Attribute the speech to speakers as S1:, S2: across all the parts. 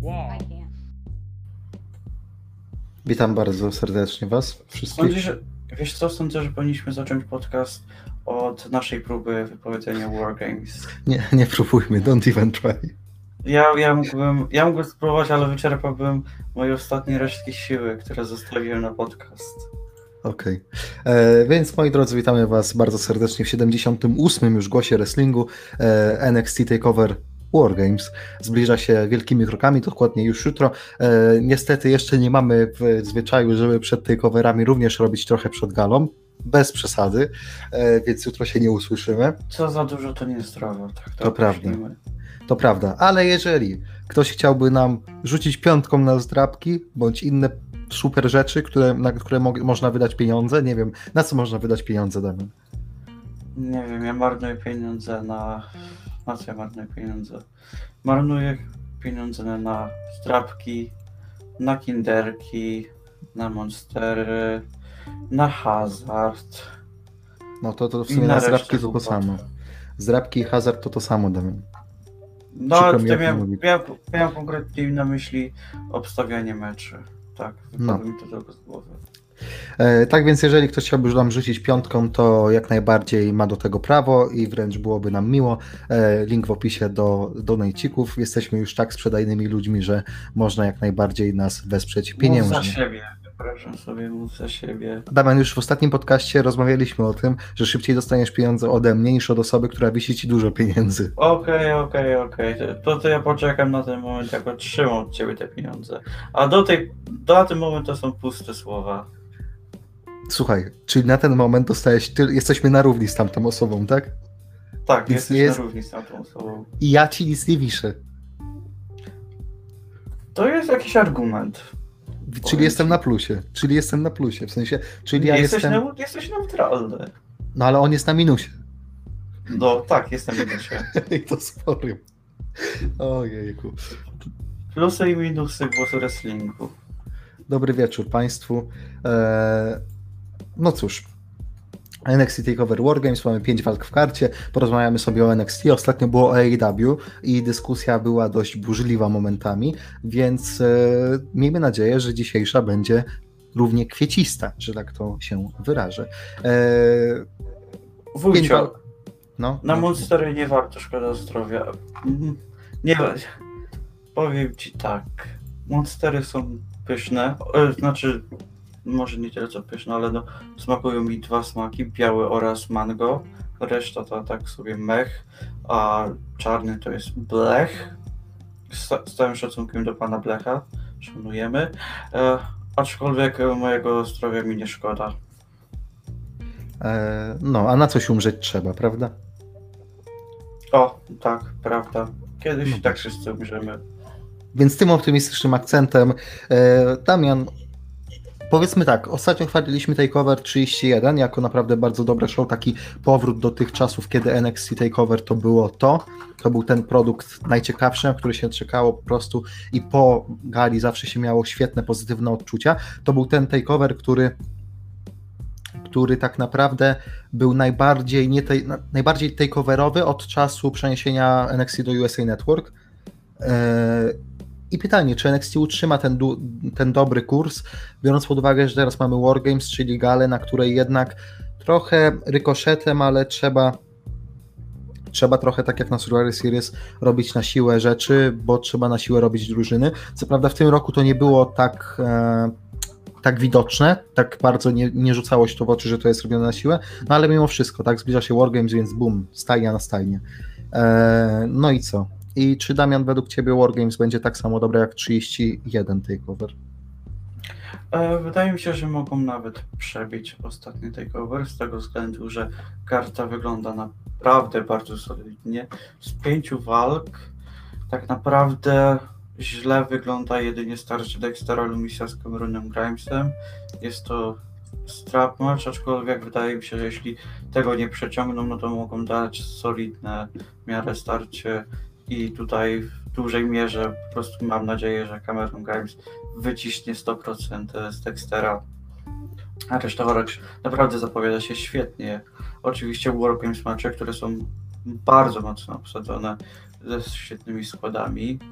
S1: I can't.
S2: Witam bardzo serdecznie Was wszystkich.
S3: Wiesz co, sądzę, że powinniśmy zacząć podcast od naszej próby wypowiedzenia Wargames.
S2: Nie próbujmy, don't even try.
S3: Ja mógłbym spróbować, ale wyczerpałbym moje ostatnie resztki siły, które zostawiłem na podcast.
S2: Okej. Więc moi drodzy, witamy Was bardzo serdecznie w 78. już głosie wrestlingu NXT TakeOver Wargames. Zbliża się wielkimi krokami, dokładnie już jutro. Niestety jeszcze nie mamy w zwyczaju, żeby przed takeoverami również robić trochę przed galą. Bez przesady, więc jutro się nie usłyszymy.
S3: Co za dużo, to niezdrowo. Tak
S2: To prawda. To prawda, ale jeżeli ktoś chciałby nam rzucić piątką na zdrabki, bądź inne super rzeczy, na które można wydać pieniądze, nie wiem, na co można wydać pieniądze, Damian?
S3: Nie wiem, ja marnuję pieniądze na co ja marnuję pieniądze? Marnuję pieniądze na zdrabki, na kinderki, na monstery, na hazard.
S2: No to w sumie na zdrabki to samo. Zdrabki i hazard to samo, Damian.
S3: No, ale miałem konkretnie na myśli obstawianie meczy. Tak, wypadło mi to tylko z głowy.
S2: Tak więc jeżeli ktoś chciałby nam rzucić piątką, to jak najbardziej ma do tego prawo i wręcz byłoby nam miło. Link w opisie do donajcików. Jesteśmy już tak sprzedajnymi ludźmi, że można jak najbardziej nas wesprzeć pieniężnie.
S3: Mów za siebie, wypraszam sobie, mów za siebie.
S2: Damian, już w ostatnim podcaście rozmawialiśmy o tym, że szybciej dostaniesz pieniądze ode mnie niż od osoby, która wisi ci dużo pieniędzy.
S3: Okej. To ja poczekam na ten moment, jak otrzymam od ciebie te pieniądze. A do ten moment to są puste słowa.
S2: Słuchaj, czyli na ten moment jesteśmy na równi z tamtą osobą, tak?
S3: Tak, jesteśmy na równi z tamtą osobą.
S2: I ja ci nic nie wiszę.
S3: To jest jakiś argument.
S2: Czyli jestem na plusie, w sensie, czyli ja
S3: Jesteś neutralny.
S2: No ale on jest na minusie.
S3: No tak, jestem na minusie.
S2: I to sporym. Ojejku.
S3: Plusy i minusy głosu wrestlingu.
S2: Dobry wieczór Państwu. No cóż, NXT TakeOver Wargames, mamy 5 walk w karcie, porozmawiamy sobie o NXT, ostatnio było o AEW i dyskusja była dość burzliwa momentami, więc miejmy nadzieję, że dzisiejsza będzie równie kwiecista, że tak to się wyrażę.
S3: Wójcio,
S2: na
S3: Monstery nie warto, szkoda zdrowia. Nie, powiem Ci tak, Monstery są pyszne, znaczy może nie tyle co pyszne, ale smakują mi dwa smaki, biały oraz mango, reszta to tak sobie mech, a czarny to jest blech. Z całym szacunkiem do pana Blecha, szanujemy, aczkolwiek mojego zdrowia mi nie szkoda.
S2: No, a na coś umrzeć trzeba, prawda?
S3: O, tak, prawda. Kiedyś tak wszyscy umrzemy.
S2: Więc tym optymistycznym akcentem, Damian, powiedzmy tak, ostatnio chwaliliśmy TakeOver 31 jako naprawdę bardzo dobre show, taki powrót do tych czasów, kiedy NXT TakeOver to był ten produkt najciekawszy, na który się czekało po prostu i po gali zawsze się miało świetne, pozytywne odczucia. To był ten TakeOver, który tak naprawdę był najbardziej takeoverowy od czasu przeniesienia NXT do USA Network. I pytanie, czy NXT utrzyma ten dobry kurs, biorąc pod uwagę, że teraz mamy Wargames, czyli galę, na której jednak trochę rykoszetem, ale trzeba trochę tak jak na Survivor Series robić na siłę rzeczy, bo trzeba na siłę robić drużyny. Co prawda w tym roku to nie było tak widoczne, tak bardzo nie rzucało się to w oczy, że to jest robione na siłę, no ale mimo wszystko, tak, zbliża się Wargames, więc boom, stajnia na stajnie. No i co? I czy, Damian, według Ciebie Wargames będzie tak samo dobre jak 31 TakeOver?
S3: Wydaje mi się, że mogą nawet przebić ostatni TakeOver z tego względu, że karta wygląda naprawdę bardzo solidnie. Z 5 walk tak naprawdę źle wygląda jedynie starcie Dextera Lumisa z Cameronem Grimesem. Jest to strap match, aczkolwiek wydaje mi się, że jeśli tego nie przeciągną, no to mogą dać solidne w miarę starcie i tutaj w dużej mierze po prostu mam nadzieję, że Cameron Grimes wyciśnie 100% z Dextera, a reszta walk naprawdę zapowiada się świetnie. Oczywiście Wargames mecze, które są bardzo mocno obsadzone ze świetnymi składami.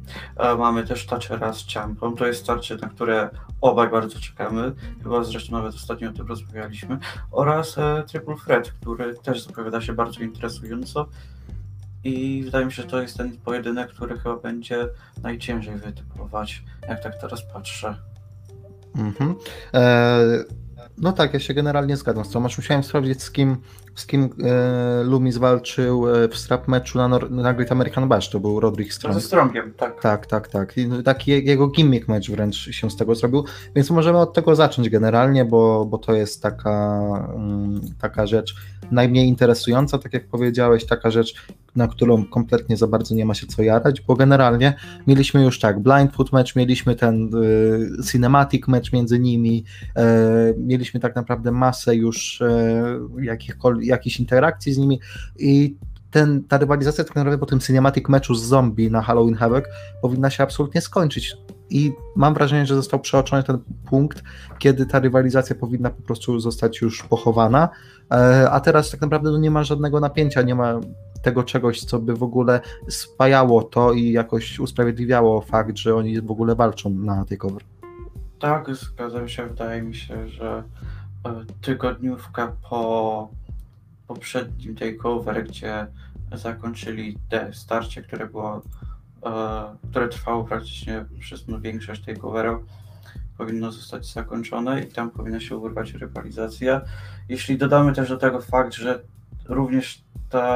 S3: Mamy też Thatchera z Ciampą, to jest starcie, na które obaj bardzo czekamy, chyba zresztą nawet ostatnio o tym rozmawialiśmy, oraz Triple Threat, który też zapowiada się bardzo interesująco i wydaje mi się, że to jest ten pojedynek, który chyba będzie najciężej wytypować, jak tak teraz patrzę.
S2: Mhm. No tak, ja się generalnie zgadzam z tobą. Aż musiałem sprawdzić, z kim Loomis walczył w strap meczu na Great American Bash. To był Roderick Strong.
S3: Ze Strongiem, tak.
S2: Tak. I taki jego gimmick match wręcz się z tego zrobił. Więc możemy od tego zacząć generalnie, bo to jest taka rzecz najmniej interesująca, tak jak powiedziałeś, taka rzecz, na którą kompletnie za bardzo nie ma się co jarać, bo generalnie mieliśmy już Blindfoot match, mieliśmy ten cinematic match między nimi, mieliśmy tak naprawdę masę już jakichś interakcji z nimi i ta rywalizacja tak naprawdę po tym cinematic matchu z zombie na Halloween Havoc powinna się absolutnie skończyć i mam wrażenie, że został przeoczony ten punkt, kiedy ta rywalizacja powinna po prostu zostać już pochowana, a teraz tak naprawdę nie ma żadnego napięcia, nie ma tego czegoś, co by w ogóle spajało to i jakoś usprawiedliwiało fakt, że oni w ogóle walczą na TakeOver.
S3: Tak, zgadzam się. Wydaje mi się, że tygodniówka po poprzednim TakeOver, gdzie zakończyli te starcie, które trwało praktycznie przez większość TakeOverów, powinno zostać zakończone i tam powinna się urwać rywalizacja. Jeśli dodamy też do tego fakt, że również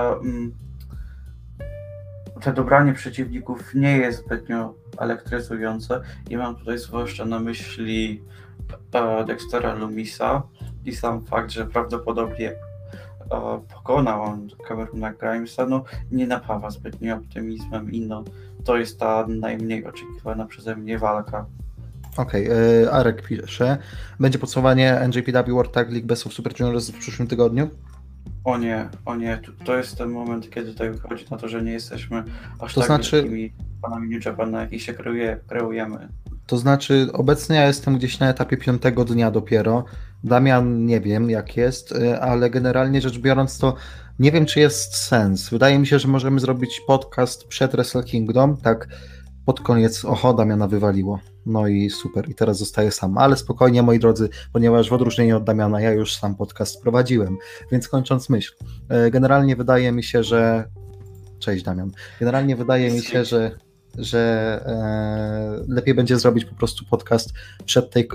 S3: te dobranie przeciwników nie jest zbytnio elektryzujące i mam tutaj zwłaszcza na myśli Dextera Loomisa i sam fakt, że prawdopodobnie pokonał on Camerona Grimesa, nie napawa zbytnio optymizmem i to jest ta najmniej oczekiwana przeze mnie walka.
S2: Okej, Arek pisze, będzie podsumowanie NJPW World Tag League Best of Super Juniors w przyszłym tygodniu?
S3: O nie, to jest ten moment, kiedy tutaj wychodzi na to, że nie jesteśmy aż
S2: to
S3: tak wielkimi fanami New Japan, na jakich się kreujemy.
S2: To znaczy, obecnie ja jestem gdzieś na etapie 5. dnia dopiero. Damian nie wiem jak jest, ale generalnie rzecz biorąc to nie wiem, czy jest sens. Wydaje mi się, że możemy zrobić podcast przed Wrestle Kingdom, tak pod koniec, Damiana wywaliło. No i super, i teraz zostaję sam. Ale spokojnie, moi drodzy, ponieważ w odróżnieniu od Damiana ja już sam podcast prowadziłem, więc kończąc myśl. Generalnie wydaje mi się, że... Cześć Damian. Generalnie wydaje mi się, że lepiej będzie zrobić po prostu podcast przed tej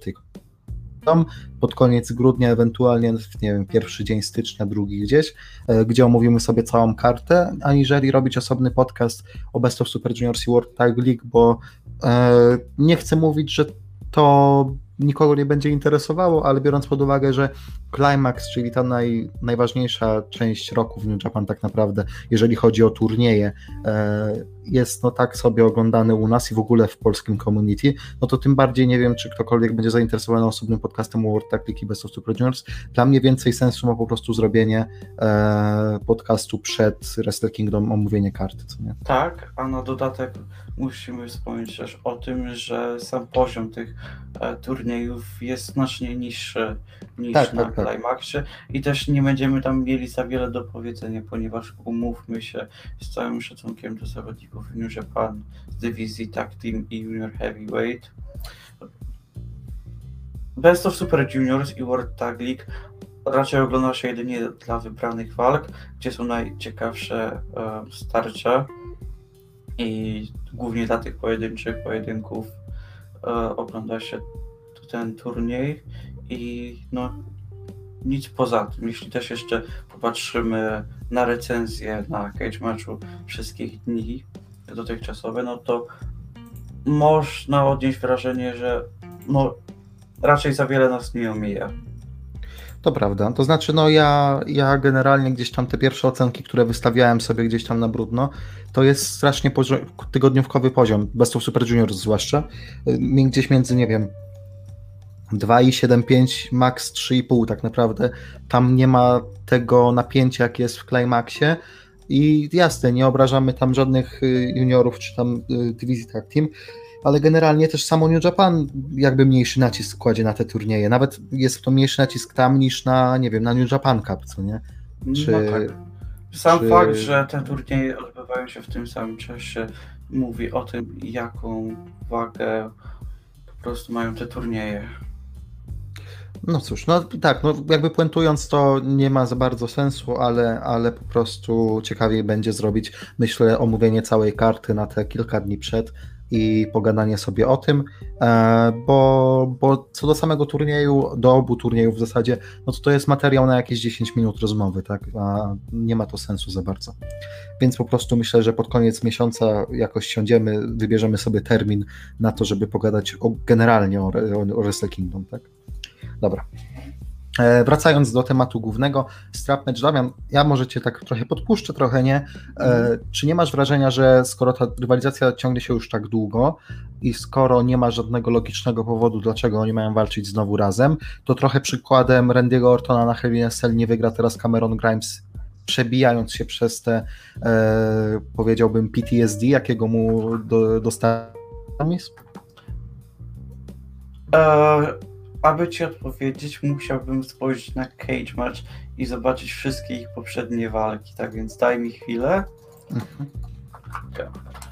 S2: pod koniec grudnia, ewentualnie, nie wiem, pierwszy dzień stycznia, drugi gdzieś, gdzie omówimy sobie całą kartę, aniżeli robić osobny podcast o Best of Super Juniors i World Tag League, bo nie chcę mówić, że to nikogo nie będzie interesowało, ale biorąc pod uwagę, że Climax, czyli ta najważniejsza część roku w New Japan tak naprawdę, jeżeli chodzi o turnieje, jest tak sobie oglądany u nas i w ogóle w polskim community, to tym bardziej nie wiem, czy ktokolwiek będzie zainteresowany osobnym podcastem World Tag League i Best of Super Juniors. Dla mnie więcej sensu ma po prostu zrobienie podcastu przed Wrestle Kingdom, omówienie karty, co nie?
S3: Tak, a na dodatek musimy wspomnieć też o tym, że sam poziom tych turniejów jest znacznie niższy niż na Climaxie i też nie będziemy tam mieli za wiele do powiedzenia, ponieważ umówmy się, z całym szacunkiem do zawodników New Japan z dywizji Tag Team i Junior Heavyweight, Best of Super Juniors i World Tag League raczej ogląda się jedynie dla wybranych walk, gdzie są najciekawsze starcia i głównie dla tych pojedynczych pojedynków ogląda się ten turniej i nic poza tym. Jeśli też jeszcze popatrzymy na recenzję na Cage Matchu wszystkich dni dotychczasowe, to można odnieść wrażenie, że raczej za wiele nas nie omija.
S2: To prawda, to znaczy ja generalnie gdzieś tam te pierwsze ocenki, które wystawiałem sobie gdzieś tam na brudno, to jest strasznie tygodniówkowy poziom, Best of Super Juniors zwłaszcza, gdzieś między, nie wiem, 2,75, max 3,5 tak naprawdę, tam nie ma tego napięcia, jak jest w Climaxie i jasne, nie obrażamy tam żadnych juniorów, czy tam dywizji Tag Team, ale generalnie też samo New Japan jakby mniejszy nacisk kładzie na te turnieje. Nawet jest to mniejszy nacisk tam niż na, nie wiem, na New Japan Cup, co nie?
S3: Tak. Sam fakt, że te turnieje odbywają się w tym samym czasie, mówi o tym, jaką wagę po prostu mają te turnieje.
S2: No cóż, no tak, no jakby puentując, to nie ma za bardzo sensu, ale po prostu ciekawiej będzie zrobić, myślę, omówienie całej karty na te kilka dni przed i pogadanie sobie o tym, bo co do samego turnieju, do obu turniejów w zasadzie, no to jest materiał na jakieś 10 minut rozmowy, tak, a nie ma to sensu za bardzo. Więc po prostu myślę, że pod koniec miesiąca jakoś siądziemy, wybierzemy sobie termin na to, żeby pogadać generalnie o Wrestle Kingdom, tak? Dobra. Wracając do tematu głównego, strap match, Damian, ja może cię tak trochę podpuszczę, trochę nie. Czy nie masz wrażenia, że skoro ta rywalizacja ciągnie się już tak długo i skoro nie ma żadnego logicznego powodu, dlaczego oni mają walczyć znowu razem, to trochę przykładem Randy'ego Ortona na Hell in a Cell nie wygra teraz Cameron Grimes, przebijając się przez te, powiedziałbym, PTSD, jakiego mu dostał?
S3: Aby ci odpowiedzieć, musiałbym spojrzeć na Cage Match i zobaczyć wszystkie ich poprzednie walki, tak więc daj mi chwilę. Okay.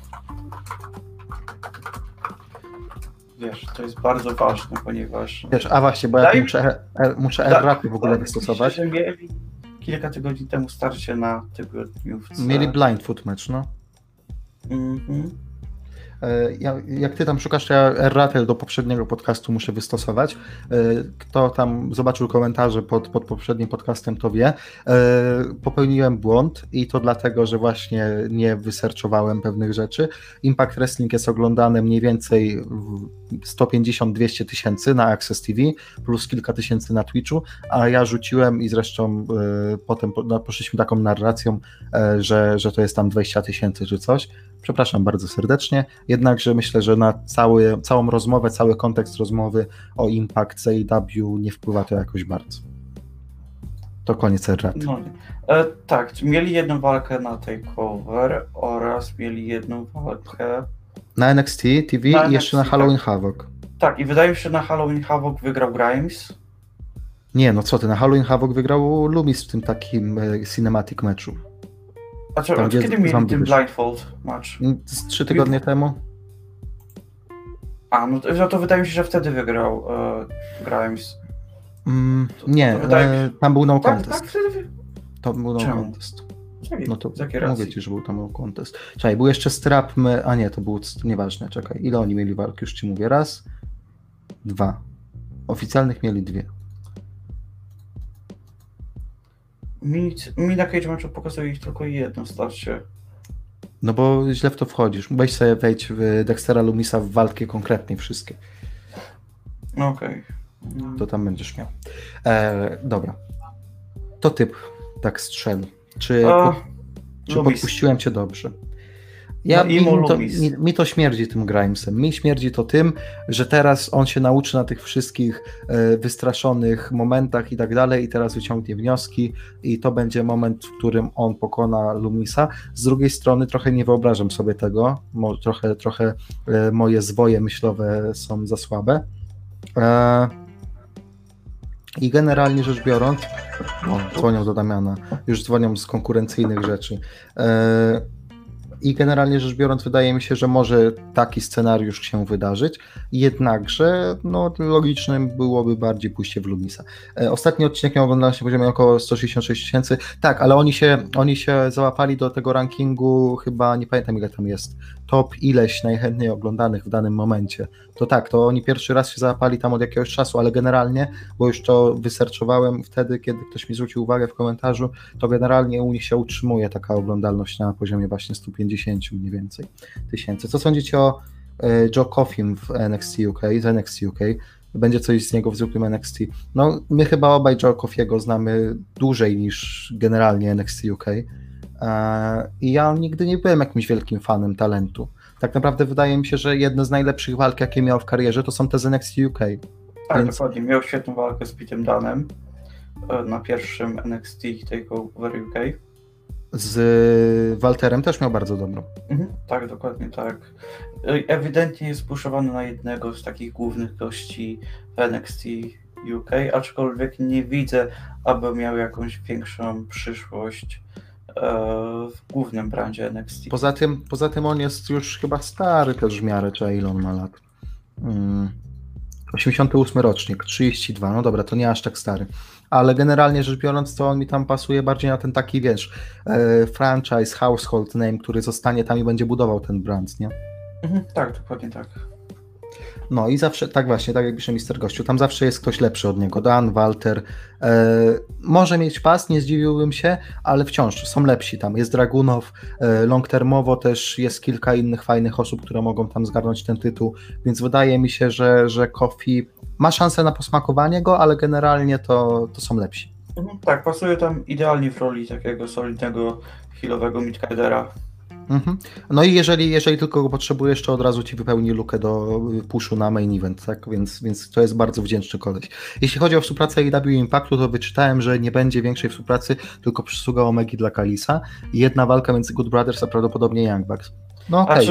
S3: Wiesz, to jest bardzo ważne, ponieważ...
S2: Wiesz, a właśnie, bo ja muszę R-rapy w ogóle wystosować.
S3: Że mieli kilka tygodni temu starcie na tygodniówce.
S2: Mieli blindfoot match, no. Jak ty tam szukasz, to ja R-ratę do poprzedniego podcastu muszę wystosować. Kto tam zobaczył komentarze pod poprzednim podcastem, to wie. Popełniłem błąd i to dlatego, że właśnie nie wyserczowałem pewnych rzeczy. Impact Wrestling jest oglądane mniej więcej 150-200 tysięcy na Access TV, plus kilka tysięcy na Twitchu, a ja rzuciłem i zresztą potem poszliśmy taką narracją, że to jest tam 20 tysięcy czy coś. Przepraszam bardzo serdecznie, jednakże myślę, że na całą rozmowę, cały kontekst rozmowy o Impact z AEW nie wpływa to jakoś bardzo. To koniec erraty.
S3: No, tak, mieli jedną walkę na TakeOver oraz mieli jedną walkę
S2: na NXT TV i jeszcze na Halloween Havoc.
S3: Tak, i wydaje mi się, że na Halloween Havoc wygrał Grimes.
S2: Nie, no co ty, na Halloween Havoc wygrał Lumis w tym takim cinematic meczu.
S3: A kiedy mieli ten blindfold match?
S2: 3 tygodnie temu.
S3: A, no to wydaje mi się, że wtedy wygrał Grimes.
S2: Nie, tam był no contest.
S3: Tak, wtedy...
S2: To był no contest. No to mówię ci, że był tam no contest. Czekaj, był jeszcze strap, a nie, to był, nieważne, czekaj. Ile oni mieli walk? Już ci mówię. 1, 2. Oficjalnych mieli 2.
S3: Mi na Cage Matchu pokazuje ich tylko jedno starcie.
S2: No bo źle w to wchodzisz. Weź sobie wejdź w Dextera Lumisa w walki konkretnie wszystkie.
S3: Okej.
S2: To tam będziesz miał. Dobra. To typ tak strzeli. Czy podpuściłem cię dobrze? Mi to śmierdzi tym Grimesem. Mi śmierdzi to tym, że teraz on się nauczy na tych wszystkich wystraszonych momentach i tak dalej i teraz wyciągnie wnioski i to będzie moment, w którym on pokona Lumisa. Z drugiej strony trochę nie wyobrażam sobie tego. Trochę moje zwoje myślowe są za słabe. I generalnie rzecz biorąc, dzwonią do Damiana, już dzwonią z konkurencyjnych rzeczy. I generalnie rzecz biorąc, wydaje mi się, że może taki scenariusz się wydarzyć, jednakże logicznym byłoby bardziej pójście w Lumisa. Ostatni odcinek miał oglądalność na poziomie około 166 tysięcy. Tak, ale oni się załapali do tego rankingu, chyba nie pamiętam ile tam jest, top ileś najchętniej oglądanych w danym momencie. To tak, to oni pierwszy raz się załapali tam od jakiegoś czasu, ale generalnie, bo już to wyserczowałem wtedy, kiedy ktoś mi zwrócił uwagę w komentarzu, to generalnie u nich się utrzymuje taka oglądalność na poziomie właśnie 150 mniej więcej tysięcy. Co sądzicie o Joe Coffin w NXT UK, z NXT UK? Będzie coś z niego w zwykłym NXT. No, my chyba obaj Joe Coffiego znamy dłużej niż generalnie NXT UK. I ja nigdy nie byłem jakimś wielkim fanem talentu. Tak naprawdę wydaje mi się, że jedne z najlepszych walk, jakie miał w karierze, to są te z NXT UK.
S3: Tak, dokładnie. Miał świetną walkę z Petem Dunnem na pierwszym NXT TakeOver UK.
S2: Z Walterem też miał bardzo dobrą.
S3: Tak, dokładnie tak. Ewidentnie jest puszowany na jednego z takich głównych gości w NXT UK, aczkolwiek nie widzę, aby miał jakąś większą przyszłość w głównym brandzie NXT.
S2: Poza tym on jest już chyba stary też w miarę, czy ile on ma lat. 88 rocznik, 32, no dobra, to nie aż tak stary. Ale generalnie rzecz biorąc, to on mi tam pasuje bardziej na ten taki, wiesz, franchise, household name, który zostanie tam i będzie budował ten brand, nie?
S3: Tak, dokładnie tak.
S2: No i zawsze, tak właśnie, tak jak pisze Mister Gościu, tam zawsze jest ktoś lepszy od niego. Dan, Walter, może mieć pas, nie zdziwiłbym się, ale wciąż są lepsi tam. Jest Dragunow, long-termowo też jest kilka innych fajnych osób, które mogą tam zgarnąć ten tytuł, więc wydaje mi się, że Kofi ma szansę na posmakowanie go, ale generalnie to są lepsi.
S3: Tak, pasuje tam idealnie w roli takiego solidnego, healowego midcardera.
S2: No i jeżeli tylko go potrzebujesz, to od razu ci wypełni lukę do pushu na main event, tak? Więc to jest bardzo wdzięczny koleś. Jeśli chodzi o współpracę AEW Impactu, to wyczytałem, że nie będzie większej współpracy, tylko przysługa Omegi dla Kalisa i jedna walka między Good Brothers a prawdopodobnie Young Bucks. No okej.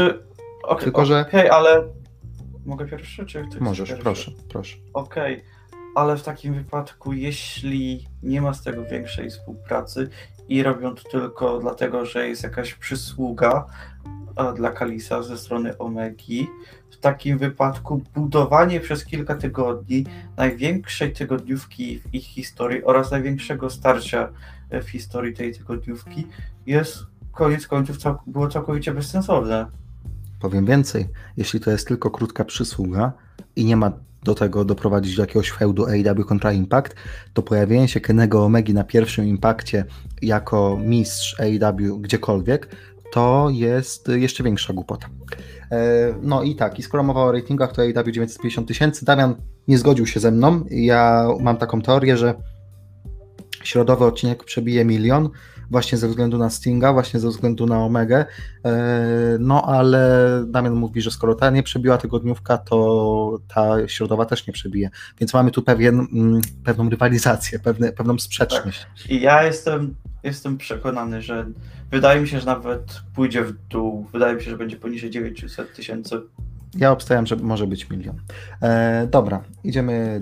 S3: Okej, ale mogę pierwszy, czy ty
S2: możesz,
S3: pierwszy?
S2: proszę.
S3: Okej, ale w takim wypadku, jeśli nie ma z tego większej współpracy i robią to tylko dlatego, że jest jakaś przysługa dla Kalisa ze strony Omegi, w takim wypadku budowanie przez kilka tygodni największej tygodniówki w ich historii oraz największego starcia w historii tej tygodniówki jest koniec końców było całkowicie bezsensowne.
S2: Powiem więcej, jeśli to jest tylko krótka przysługa i nie ma do tego doprowadzić do jakiegoś feudu AEW kontra Impact, to pojawienie się Kennego Omegi na pierwszym Impakcie jako mistrz AEW gdziekolwiek, to jest jeszcze większa głupota. No i tak, i skoro mowa o ratingach, to AEW 950 000. Damian nie zgodził się ze mną. Ja mam taką teorię, że środowy odcinek przebije 1 000 000, właśnie ze względu na Stinga, właśnie ze względu na Omegę, no ale Damian mówi, że skoro ta nie przebiła tygodniówka, to ta środowa też nie przebije, więc mamy tu pewną rywalizację, pewną sprzeczność.
S3: Tak. I ja jestem przekonany, że wydaje mi się, że nawet pójdzie w dół, wydaje mi się, że będzie poniżej 900 000.
S2: Ja obstawiam, że może być 1 000 000. Dobra, idziemy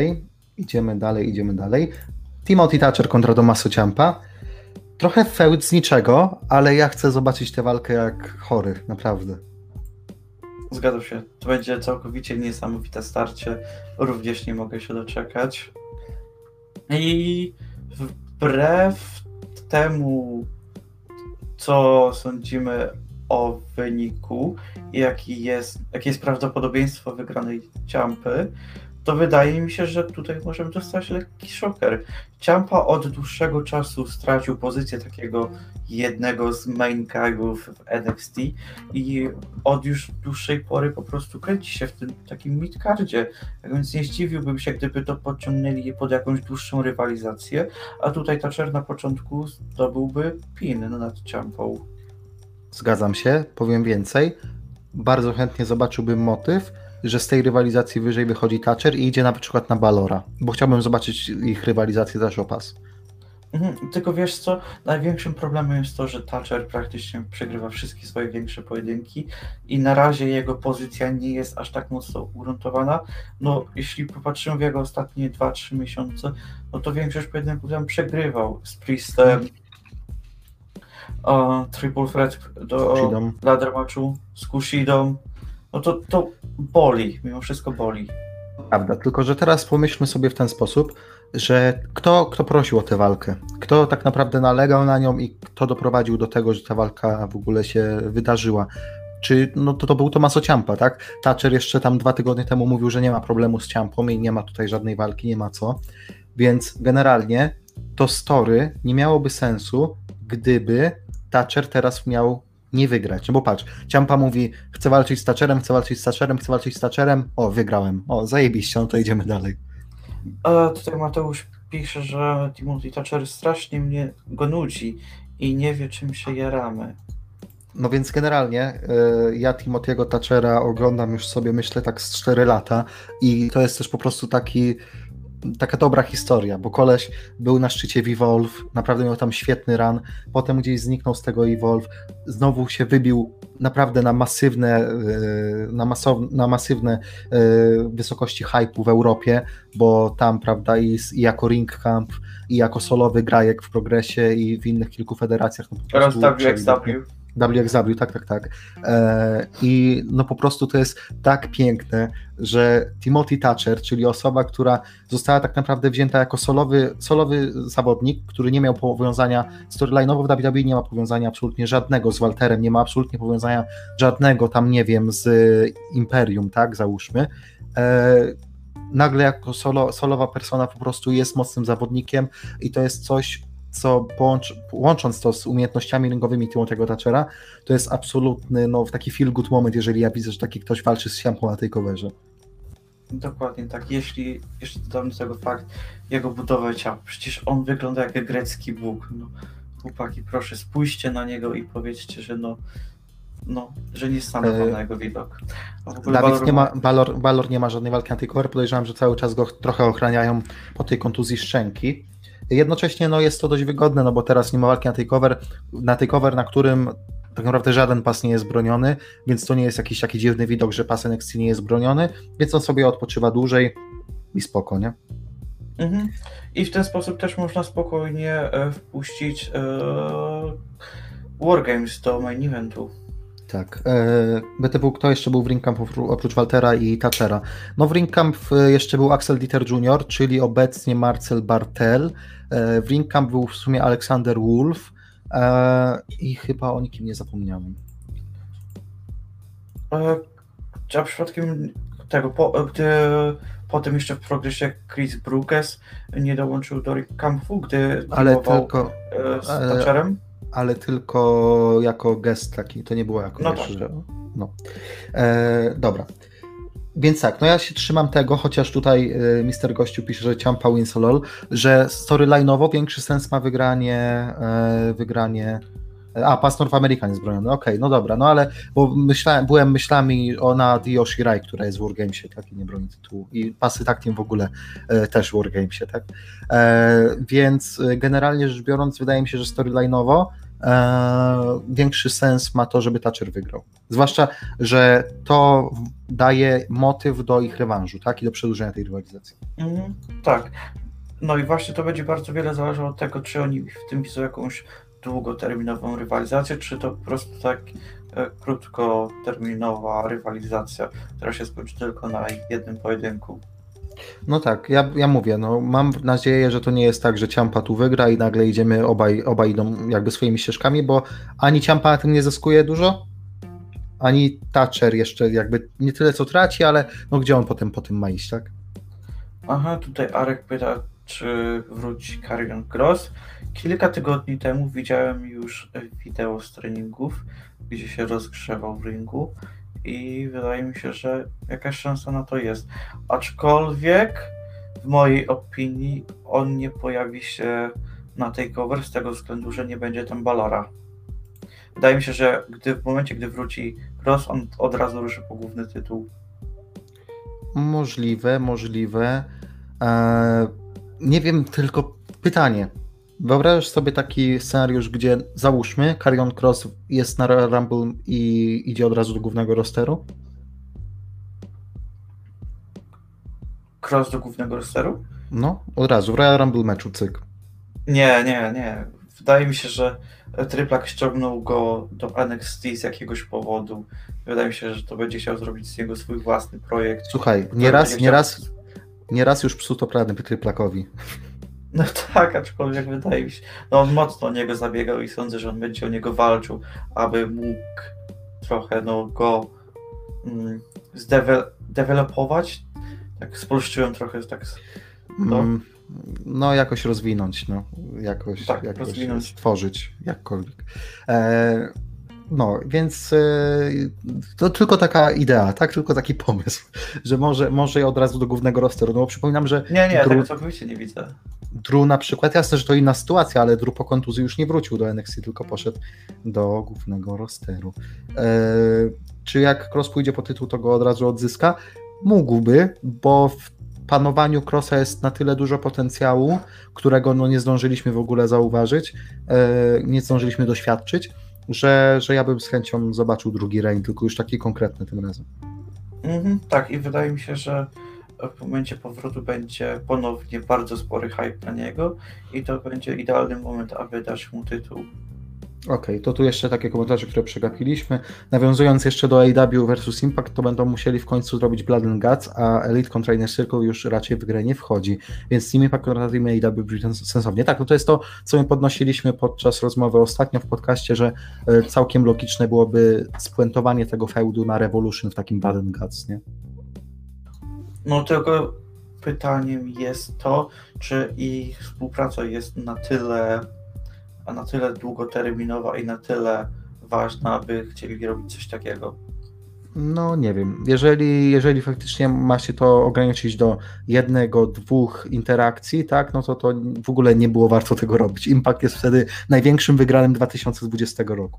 S2: dalej. Timothy Thatcher kontra Tommaso Ciampa. Trochę feud z niczego, ale ja chcę zobaczyć tę walkę jak chory, naprawdę.
S3: Zgadzam się. To będzie całkowicie niesamowite starcie. Również nie mogę się doczekać. I wbrew temu, co sądzimy o wyniku i jakie jest prawdopodobieństwo wygranej Ciampy, to wydaje mi się, że tutaj możemy dostać lekki szoker. Ciampa od dłuższego czasu stracił pozycję takiego jednego z main guyów w NXT i od już dłuższej pory po prostu kręci się w tym takim midcardzie. Tak więc nie zdziwiłbym się, gdyby to podciągnęli pod jakąś dłuższą rywalizację, a tutaj Thatcher na początku zdobyłby pin nad Ciampą.
S2: Zgadzam się, powiem więcej. Bardzo chętnie zobaczyłbym motyw, że z tej rywalizacji wyżej wychodzi Thatcher i idzie na przykład na Balora, bo chciałbym zobaczyć ich rywalizację też o pas.
S3: Tylko wiesz co, największym problemem jest to, że Thatcher praktycznie przegrywa wszystkie swoje większe pojedynki i na razie jego pozycja nie jest aż tak mocno ugruntowana. No, jeśli popatrzymy w jego ostatnie 2-3 miesiące, no to większość pojedynków tam przegrywał z Priestem, Triple Threat do ladder matchu, z Kushidą. No to boli, mimo wszystko boli.
S2: Prawda, tylko że teraz pomyślmy sobie w ten sposób, że kto prosił o tę walkę? Kto tak naprawdę nalegał na nią i kto doprowadził do tego, że ta walka w ogóle się wydarzyła? Czy no to był Tommaso Ciampa, tak? Thatcher jeszcze tam 2 tygodnie temu mówił, że nie ma problemu z Ciampą i nie ma tutaj żadnej walki, nie ma co. Więc generalnie to story nie miałoby sensu, gdyby Thatcher teraz miał nie wygrać. No bo patrz, Ciampa mówi, chcę walczyć z Thatcherem, o, wygrałem, o, zajebiście, no to idziemy dalej.
S3: Tutaj Mateusz pisze, że Timothy Thatcher strasznie mnie go nudzi i nie wie, czym się jaramy.
S2: No więc generalnie ja Timothy'ego Thatchera oglądam już sobie, myślę, tak z 4 lata i to jest też po prostu taka dobra historia, bo koleś był na szczycie w Evolve, naprawdę miał tam świetny run, potem gdzieś zniknął z tego Evolve, znowu się wybił naprawdę na masywne wysokości hype'u w Europie, bo tam, prawda, i jako Ring Camp, i jako solowy grajek w Progresie i w innych kilku federacjach. No,
S3: Oraz WXW.
S2: WXW, tak. I no po prostu to jest tak piękne, że Timothy Thatcher, czyli osoba, która została tak naprawdę wzięta jako solowy zawodnik, który nie miał powiązania storyline'owo w WWE, nie ma powiązania absolutnie żadnego z Walterem, nie ma absolutnie powiązania żadnego tam, nie wiem, z Imperium, tak, załóżmy. Nagle jako solowa persona po prostu jest mocnym zawodnikiem i to jest coś, co łącząc to z umiejętnościami ringowymi Timothy'ego Thatchera, to jest absolutny, no, taki feel good moment, jeżeli ja widzę, że taki ktoś walczy z Ciampą na tej coverze.
S3: Dokładnie tak. Jeśli jeszcze dodam do tego fakt jego budowy ciała, przecież on wygląda jak grecki bóg. No, chłopaki, proszę, spójrzcie na niego i powiedzcie, że że nie stanę wam na jego widok.
S2: Dawid Balor nie ma żadnej walki na tej cover, podejrzewam, że cały czas go trochę ochraniają po tej kontuzji szczęki. Jednocześnie no, jest to dość wygodne, no bo teraz nie ma walki na tej cover, na którym tak naprawdę żaden pas nie jest broniony, więc to nie jest jakiś taki dziwny widok, że pas NXT nie jest broniony, więc on sobie odpoczywa dłużej i spoko, nie?
S3: Mhm. I w ten sposób też można spokojnie wpuścić Wargames do main eventu.
S2: Tak. BTW, kto jeszcze był w Ring Camp oprócz Waltera i Thatchera? No w Ring Camp jeszcze był Axel Dieter Jr., czyli obecnie Marcel Bartel. W Ring Camp był w sumie Alexander Wolf i chyba o nikim nie zapomniałem.
S3: A przypadkiem tego, gdy potem jeszcze w progresie Chris Brooks nie dołączył do Ring Campu, gdy z Thatcherem?
S2: Ale tylko jako gest taki, to nie było jako
S3: tak.
S2: Dobra. Więc tak, no ja się trzymam tego, chociaż tutaj Mister Gościu pisze, że Ciampa wins LOL, że storyline'owo większy sens ma wygranie pas North American jest broniony, okej, no dobra, no ale bo byłem myślami na Io Shirai, która jest w Wargamesie, tak, i nie broni tytułu, i pasy tak team w ogóle też w Wargamesie, tak, więc generalnie rzecz biorąc wydaje mi się, że storyline'owo większy sens ma to, żeby Thatcher wygrał, zwłaszcza, że to daje motyw do ich rewanżu, tak, i do przedłużenia tej rywalizacji.
S3: Tak, no i właśnie to będzie bardzo wiele zależało od tego, czy oni w tym widzą jakąś długoterminową rywalizację, czy to po prostu tak krótkoterminowa rywalizacja, która się skończy tylko na jednym pojedynku.
S2: No tak, ja mówię, no mam nadzieję, że to nie jest tak, że Ciampa tu wygra i nagle idziemy, obaj idą jakby swoimi ścieżkami, bo ani Ciampa na tym nie zyskuje dużo, ani Thatcher jeszcze jakby nie tyle co traci, ale no gdzie on potem ma iść, tak?
S3: Aha, tutaj Arek pyta, czy wróci Karrion Kross. Kilka tygodni temu widziałem już wideo z treningów, gdzie się rozgrzewał w ringu i wydaje mi się, że jakaś szansa na to jest. Aczkolwiek w mojej opinii on nie pojawi się na tej cover z tego względu, że nie będzie tam Balora. Wydaje mi się, że w momencie, gdy wróci Kross, on od razu ruszy po główny tytuł.
S2: Możliwe. Nie wiem, tylko pytanie. Wyobrażasz sobie taki scenariusz, gdzie załóżmy, Karrion Kross jest na Royal Rumble i idzie od razu do głównego rosteru?
S3: Kross do głównego rosteru?
S2: No, od razu, w Royal Rumble meczu, cyk.
S3: Nie. Wydaje mi się, że Triplak ściągnął go do NXT z jakiegoś powodu. Wydaje mi się, że to będzie chciał zrobić z niego swój własny projekt.
S2: Słuchaj, nieraz już psuto plany Triplakowi.
S3: No tak, aczkolwiek wydaje mi się, no on mocno o niego zabiegał i sądzę, że on będzie o niego walczył, aby mógł trochę go zdevelopować. Tak spolszczyłem trochę, tak.
S2: No jakoś rozwinąć, jakoś
S3: rozwinąć.
S2: stworzyć, jakkolwiek. No, więc to tylko taka idea, tak? Tylko taki pomysł, że może od razu do głównego rosteru, no bo przypominam, że
S3: Nie, tego całkowicie nie widzę.
S2: Drew na przykład, jasne, że to inna sytuacja, ale Drew po kontuzji już nie wrócił do NXT, tylko poszedł do głównego rosteru. Czy jak Kross pójdzie po tytuł, to go od razu odzyska? Mógłby, bo w panowaniu Krossa jest na tyle dużo potencjału, którego nie zdążyliśmy w ogóle zauważyć, nie zdążyliśmy doświadczyć, że ja bym z chęcią zobaczył drugi reign, tylko już taki konkretny tym razem.
S3: Tak, i wydaje mi się, że w momencie powrotu będzie ponownie bardzo spory hype na niego i to będzie idealny moment, aby dać mu tytuł.
S2: Okej, to tu jeszcze takie komentarze, które przegapiliśmy. Nawiązując jeszcze do AEW versus Impact, to będą musieli w końcu zrobić Blood and Guts, a Elite kontra Inner Circle już raczej w grę nie wchodzi, więc Team Impact kontra Team AEW brzmi sensownie. Tak, no to jest to, co my podnosiliśmy podczas rozmowy ostatnio w podcaście, że całkiem logiczne byłoby spuentowanie tego feudu na Revolution w takim Blood and Guts, nie?
S3: No tylko pytaniem jest to, czy ich współpraca jest na tyle długoterminowa i na tyle ważna, aby chcieli robić coś takiego.
S2: No nie wiem, jeżeli faktycznie ma się to ograniczyć do 1-2 interakcji, tak, no to w ogóle nie było warto tego robić. Impact jest wtedy największym wygranym 2020 roku.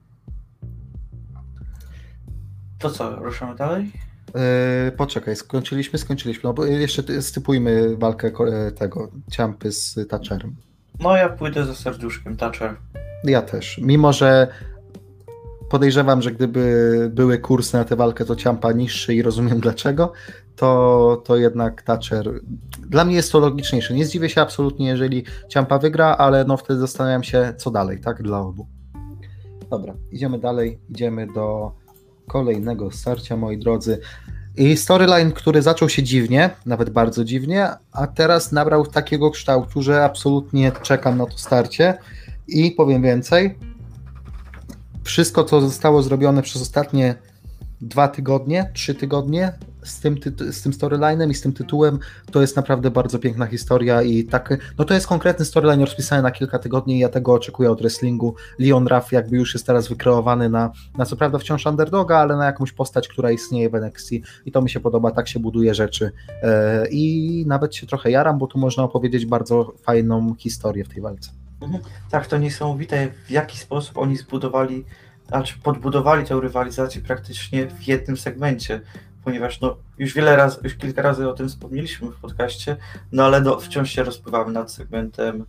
S3: To co, ruszamy dalej?
S2: Poczekaj, skończyliśmy, no bo jeszcze stypujmy walkę tego Ciampy z Thatcherem.
S3: No ja pójdę ze serduszkiem, Thatcher.
S2: Ja też, mimo że podejrzewam, że gdyby były kursy na tę walkę, to Ciampa niższy i rozumiem dlaczego, to jednak Thatcher, dla mnie jest to logiczniejsze. Nie zdziwię się absolutnie, jeżeli Ciampa wygra, ale no wtedy zastanawiam się, co dalej, tak, dla obu. Dobra, idziemy dalej, idziemy do kolejnego starcia, moi drodzy. I storyline, który zaczął się dziwnie, nawet bardzo dziwnie, a teraz nabrał takiego kształtu, że absolutnie czekam na to starcie i powiem więcej. Wszystko, co zostało zrobione przez ostatnie 2 tygodnie, 3 tygodnie z tym storylinem i z tym tytułem, to jest naprawdę bardzo piękna historia i tak, no to jest konkretny storyline rozpisany na kilka tygodni i ja tego oczekuję od wrestlingu. Leon Ruff jakby już jest teraz wykreowany na co prawda wciąż underdoga, ale na jakąś postać, która istnieje w NXT i to mi się podoba, tak się buduje rzeczy i nawet się trochę jaram, bo tu można opowiedzieć bardzo fajną historię w tej walce.
S3: Tak, to niesamowite, w jaki sposób oni podbudowali tę rywalizację praktycznie w jednym segmencie, ponieważ no, już kilka razy o tym wspomnieliśmy w podcaście, no ale no, wciąż się rozpływamy nad segmentem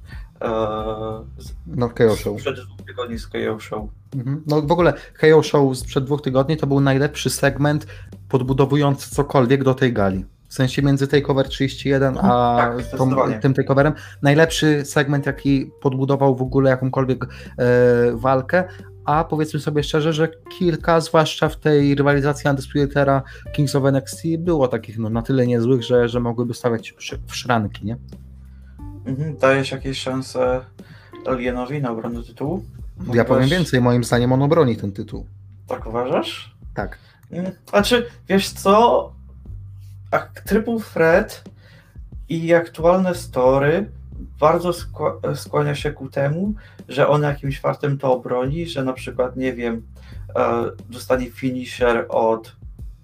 S2: KO Show.
S3: Sprzed 2 tygodni z KO Show.
S2: No w ogóle KO Show sprzed 2 tygodni to był najlepszy segment podbudowujący cokolwiek do tej gali. W sensie między Takeover 31 a tym Takeoverem. Najlepszy segment, jaki podbudował w ogóle jakąkolwiek walkę, a powiedzmy sobie szczerze, że kilka, zwłaszcza w tej rywalizacji Undisputedera Kings of NXT było takich no, na tyle niezłych, że mogłyby stawiać w szranki, nie?
S3: Dajesz jakieś szanse Alienowi na obronę tytułu?
S2: Ja powiem więcej, moim zdaniem on obroni ten tytuł.
S3: Tak uważasz?
S2: Tak.
S3: Znaczy, wiesz co? Triple Threat i aktualne story bardzo skłania się ku temu, że on jakimś fartem to obroni, że na przykład, nie wiem, dostanie finisher od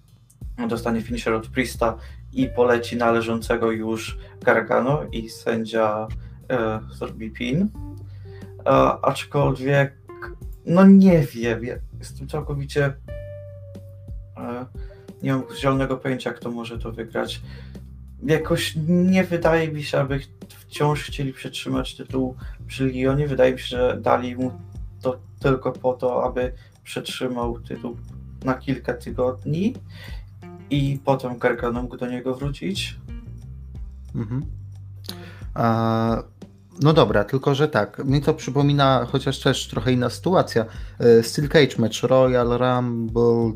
S3: Priesta i poleci należącego już Gargano i sędzia zrobi pin. Aczkolwiek, no nie wiem, jestem całkowicie nie mam zielonego pojęcia, kto może to wygrać. Jakoś nie wydaje mi się, aby wciąż chcieli przetrzymać tytuł przy Leonie. Wydaje mi się, że dali mu to tylko po to, aby przetrzymał tytuł na kilka tygodni i potem Gargano mógł do niego wrócić.
S2: No dobra, tylko że tak, mi to przypomina, chociaż też trochę inna sytuacja, Steel Cage Match Royal Rumble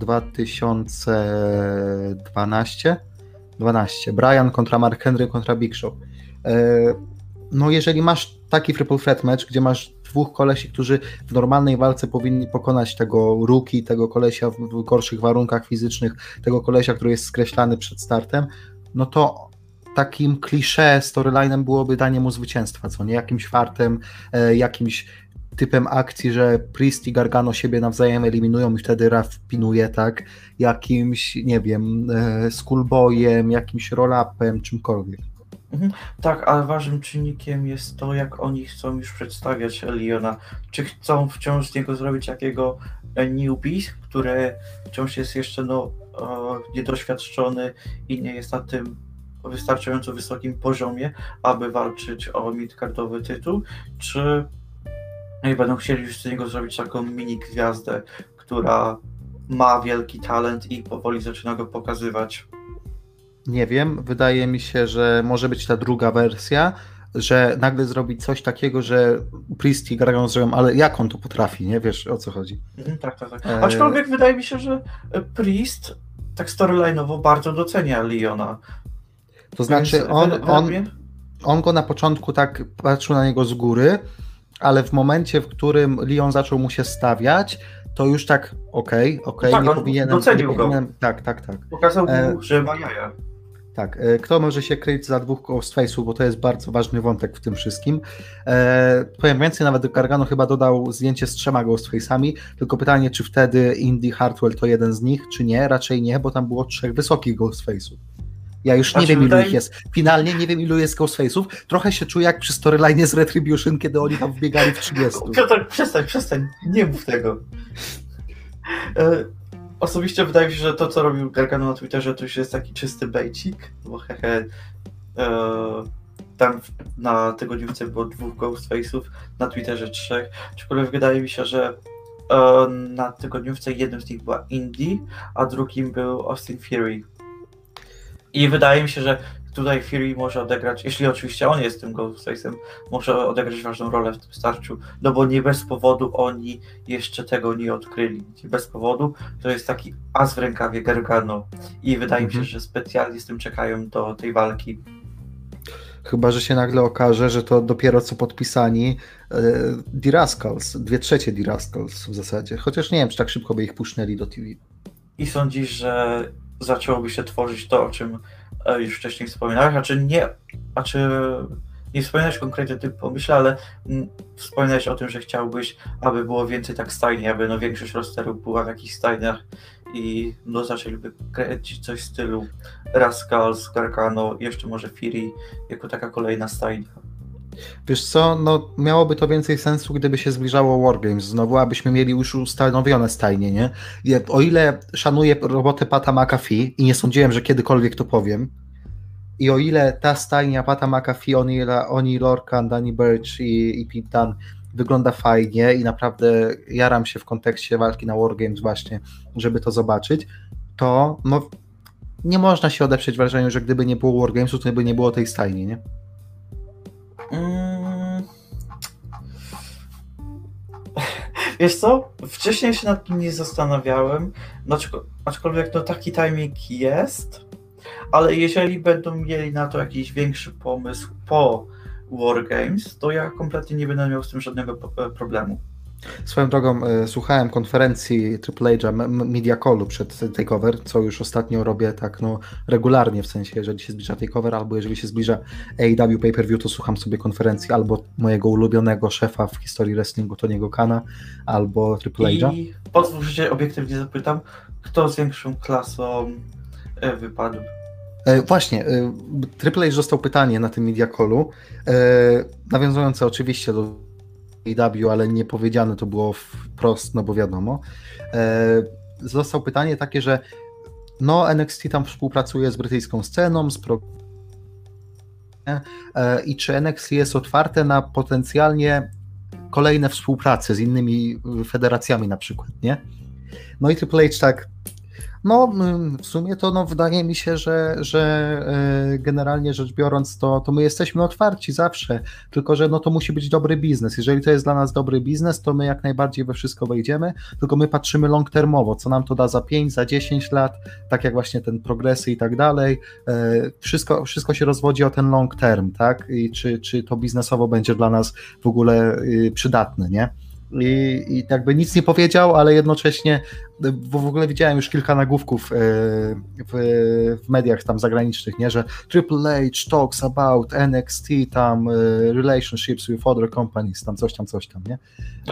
S2: 2012, Bryan kontra Mark Henry kontra Big Show. No jeżeli masz taki triple threat match, gdzie masz 2 kolesi, którzy w normalnej walce powinni pokonać tego rookie, tego kolesia w gorszych warunkach fizycznych, tego kolesia, który jest skreślany przed startem, no to takim klisze storylinem byłoby danie mu zwycięstwa, co nie? Jakimś fartem, jakimś typem akcji, że Priest i Gargano siebie nawzajem eliminują i wtedy Ruff pinuje, tak? Jakimś, nie wiem, schoolboyem, jakimś roll-upem, czymkolwiek.
S3: Tak, ale ważnym czynnikiem jest to, jak oni chcą już przedstawiać Leona. Czy chcą wciąż z niego zrobić jakiego newbie, który wciąż jest jeszcze niedoświadczony i nie jest na tym wystarczająco wysokim poziomie, aby walczyć o midcardowy tytuł, czy No i będą chcieli już z niego zrobić taką mini gwiazdę, która ma wielki talent i powoli zaczyna go pokazywać.
S2: Nie wiem, wydaje mi się, że może być ta druga wersja, że nagle zrobić coś takiego, że Priest i Gargano zrobią, ale jak on to potrafi, nie? Wiesz, o co chodzi.
S3: Tak. Aczkolwiek wydaje mi się, że Priest tak storyline'owo bardzo docenia Leona.
S2: To znaczy on go na początku tak patrzył na niego z góry, ale w momencie, w którym Leon zaczął mu się stawiać, to już tak okej,
S3: tak,
S2: nie powinienem...
S3: Docenił go.
S2: Tak.
S3: Pokazał mu, że ma jaja.
S2: Tak, kto może się kryć za dwóch Ghostface'ów, bo to jest bardzo ważny wątek w tym wszystkim. Powiem więcej, nawet Gargano chyba dodał zdjęcie z 3 Ghostface'ami, tylko pytanie, czy wtedy Indy Hartwell to jeden z nich, czy nie? Raczej nie, bo tam było 3 wysokich Ghostface'ów. Ja już nie wiem, ilu ich jest. Finalnie nie wiem, ilu jest Ghostface'ów. Trochę się czuję jak przy storyline z Retribution, kiedy oni tam wbiegali w 30.
S3: Piotr, przestań, nie mów tego. Osobiście wydaje mi się, że to, co robił Gargano na Twitterze, to już jest taki czysty bejcik, bo tam na tygodniówce było 2 Ghostface'ów, na Twitterze 3, aczkolwiek wydaje mi się, że na tygodniówce jednym z nich była Indy, a drugim był Austin Theory. I wydaje mi się, że tutaj Fury może odegrać, jeśli oczywiście on jest tym Ghostface'em, może odegrać ważną rolę w tym starciu, no bo nie bez powodu oni jeszcze tego nie odkryli. Nie bez powodu to jest taki as w rękawie Gargano i wydaje mi się, że specjalnie z tym czekają do tej walki.
S2: Chyba, że się nagle okaże, że to dopiero co podpisani D-Rascals, 2/3 D-Rascals w zasadzie, chociaż nie wiem, czy tak szybko by ich puszczeli do TV.
S3: I sądzisz, że zaczęłoby się tworzyć to, o czym już wcześniej wspominałeś, nie wspominałeś konkretnie o tym pomyśle, ale wspominałeś o tym, że chciałbyś, aby było więcej tak stajni, aby większość rosterów była w jakichś stajniach i zaczęliby kręcić coś w stylu Rascals, Gargano, jeszcze może Fury jako taka kolejna stajnia.
S2: Wiesz co, miałoby to więcej sensu, gdyby się zbliżało Wargames znowu, abyśmy mieli już ustanowione stajnie, nie? O ile szanuję robotę Pata McAfee i nie sądziłem, że kiedykolwiek to powiem, i o ile ta stajnia Pata McAfee, Oni Lorcan, Danny Burch i Pete Dunne wygląda fajnie i naprawdę jaram się w kontekście walki na Wargames właśnie, żeby to zobaczyć, to nie można się odeprzeć wrażeniu, że gdyby nie było Wargamesu, to by nie było tej stajni, nie?
S3: Wiesz co? Wcześniej się nad tym nie zastanawiałem, aczkolwiek taki timing jest, ale jeżeli będą mieli na to jakiś większy pomysł po Wargames, to ja kompletnie nie będę miał z tym żadnego problemu.
S2: Swoją drogą słuchałem konferencji Triple H'a Media Callu przed TakeOver, co już ostatnio robię tak regularnie, w sensie jeżeli się zbliża TakeOver, albo jeżeli się zbliża AEW Pay-Per-View, to słucham sobie konferencji albo mojego ulubionego szefa w historii wrestlingu, Tony'ego Khana, albo Triple H'a.
S3: I pozwól, że obiektywnie zapytam, kto z większą klasą wypadł?
S2: Właśnie, Triple H dostał pytanie na tym Media Callu, nawiązujące oczywiście do AEW, ale nie powiedziane to było wprost, bo wiadomo. Zostało pytanie takie, że NXT tam współpracuje z brytyjską sceną, i czy NXT jest otwarte na potencjalnie kolejne współprace z innymi federacjami na przykład, nie? I Triple H tak, w sumie to wydaje mi się, że generalnie rzecz biorąc, to my jesteśmy otwarci zawsze, tylko że to musi być dobry biznes. Jeżeli to jest dla nas dobry biznes, to my jak najbardziej we wszystko wejdziemy, tylko my patrzymy long termowo, co nam to da za 5, za 10 lat, tak jak właśnie ten progresy i tak dalej. Wszystko się rozwodzi o ten long term, tak? I czy to biznesowo będzie dla nas w ogóle przydatne, nie? I jakby nic nie powiedział, ale jednocześnie, bo w ogóle widziałem już kilka nagłówków w mediach tam zagranicznych, nie, że Triple H talks about NXT tam relationships with other companies, tam coś tam, nie?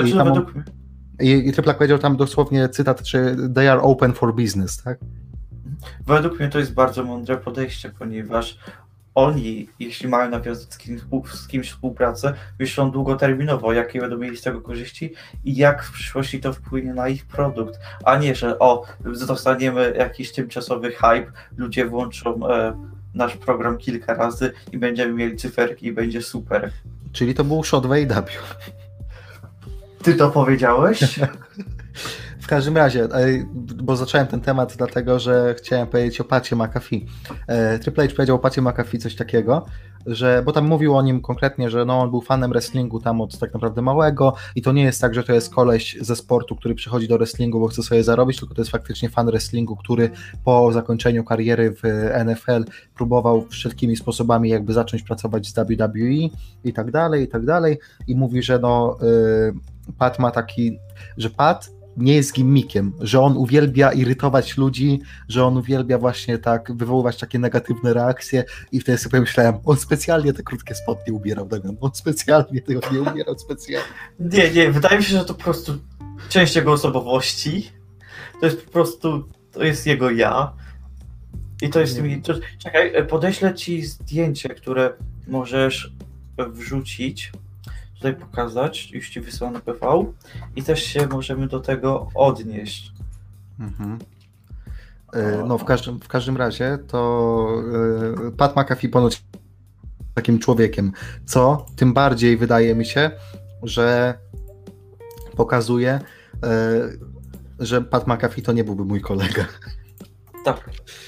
S2: I Triple H powiedział tam dosłownie cytat, czy they are open for business, tak?
S3: Według mnie to jest bardzo mądre podejście, ponieważ oni, jeśli mają nawiązać z kimś współpracę, myślą długoterminowo, jakie będą mieli z tego korzyści i jak w przyszłości to wpłynie na ich produkt, a nie, że dostaniemy jakiś tymczasowy hype, ludzie włączą nasz program kilka razy i będziemy mieli cyferki i będzie super.
S2: Czyli to był shot w AEW.
S3: Ty to powiedziałeś?
S2: W każdym razie, bo zacząłem ten temat dlatego, że chciałem powiedzieć o Pacie McAfee. Triple H powiedział o Pacie McAfee coś takiego, że, bo tam mówił o nim konkretnie, że no, on był fanem wrestlingu tam od tak naprawdę małego i to nie jest tak, że to jest koleś ze sportu, który przychodzi do wrestlingu, bo chce sobie zarobić, tylko to jest faktycznie fan wrestlingu, który po zakończeniu kariery w NFL próbował wszelkimi sposobami jakby zacząć pracować z WWE i tak dalej i mówi, że no Pat ma taki, że Pat nie jest gimmickiem, że on uwielbia irytować ludzi, że on uwielbia właśnie tak wywoływać takie negatywne reakcje i wtedy sobie pomyślałem, on specjalnie te krótkie spodnie ubierał, Damian, on specjalnie tego nie ubierał specjalnie.
S3: Nie, wydaje mi się, że to po prostu część jego osobowości, to jest po prostu, to jest jego ja i to jest mi, czekaj, podeślę ci zdjęcie, które możesz wrzucić, tutaj pokazać, już ci wysłano PV i też się możemy do tego odnieść.
S2: Mhm. No w każdym razie to Pat McAfee ponoć takim człowiekiem, co tym bardziej wydaje mi się, że pokazuje, że Pat McAfee to nie byłby mój kolega.
S3: Tak.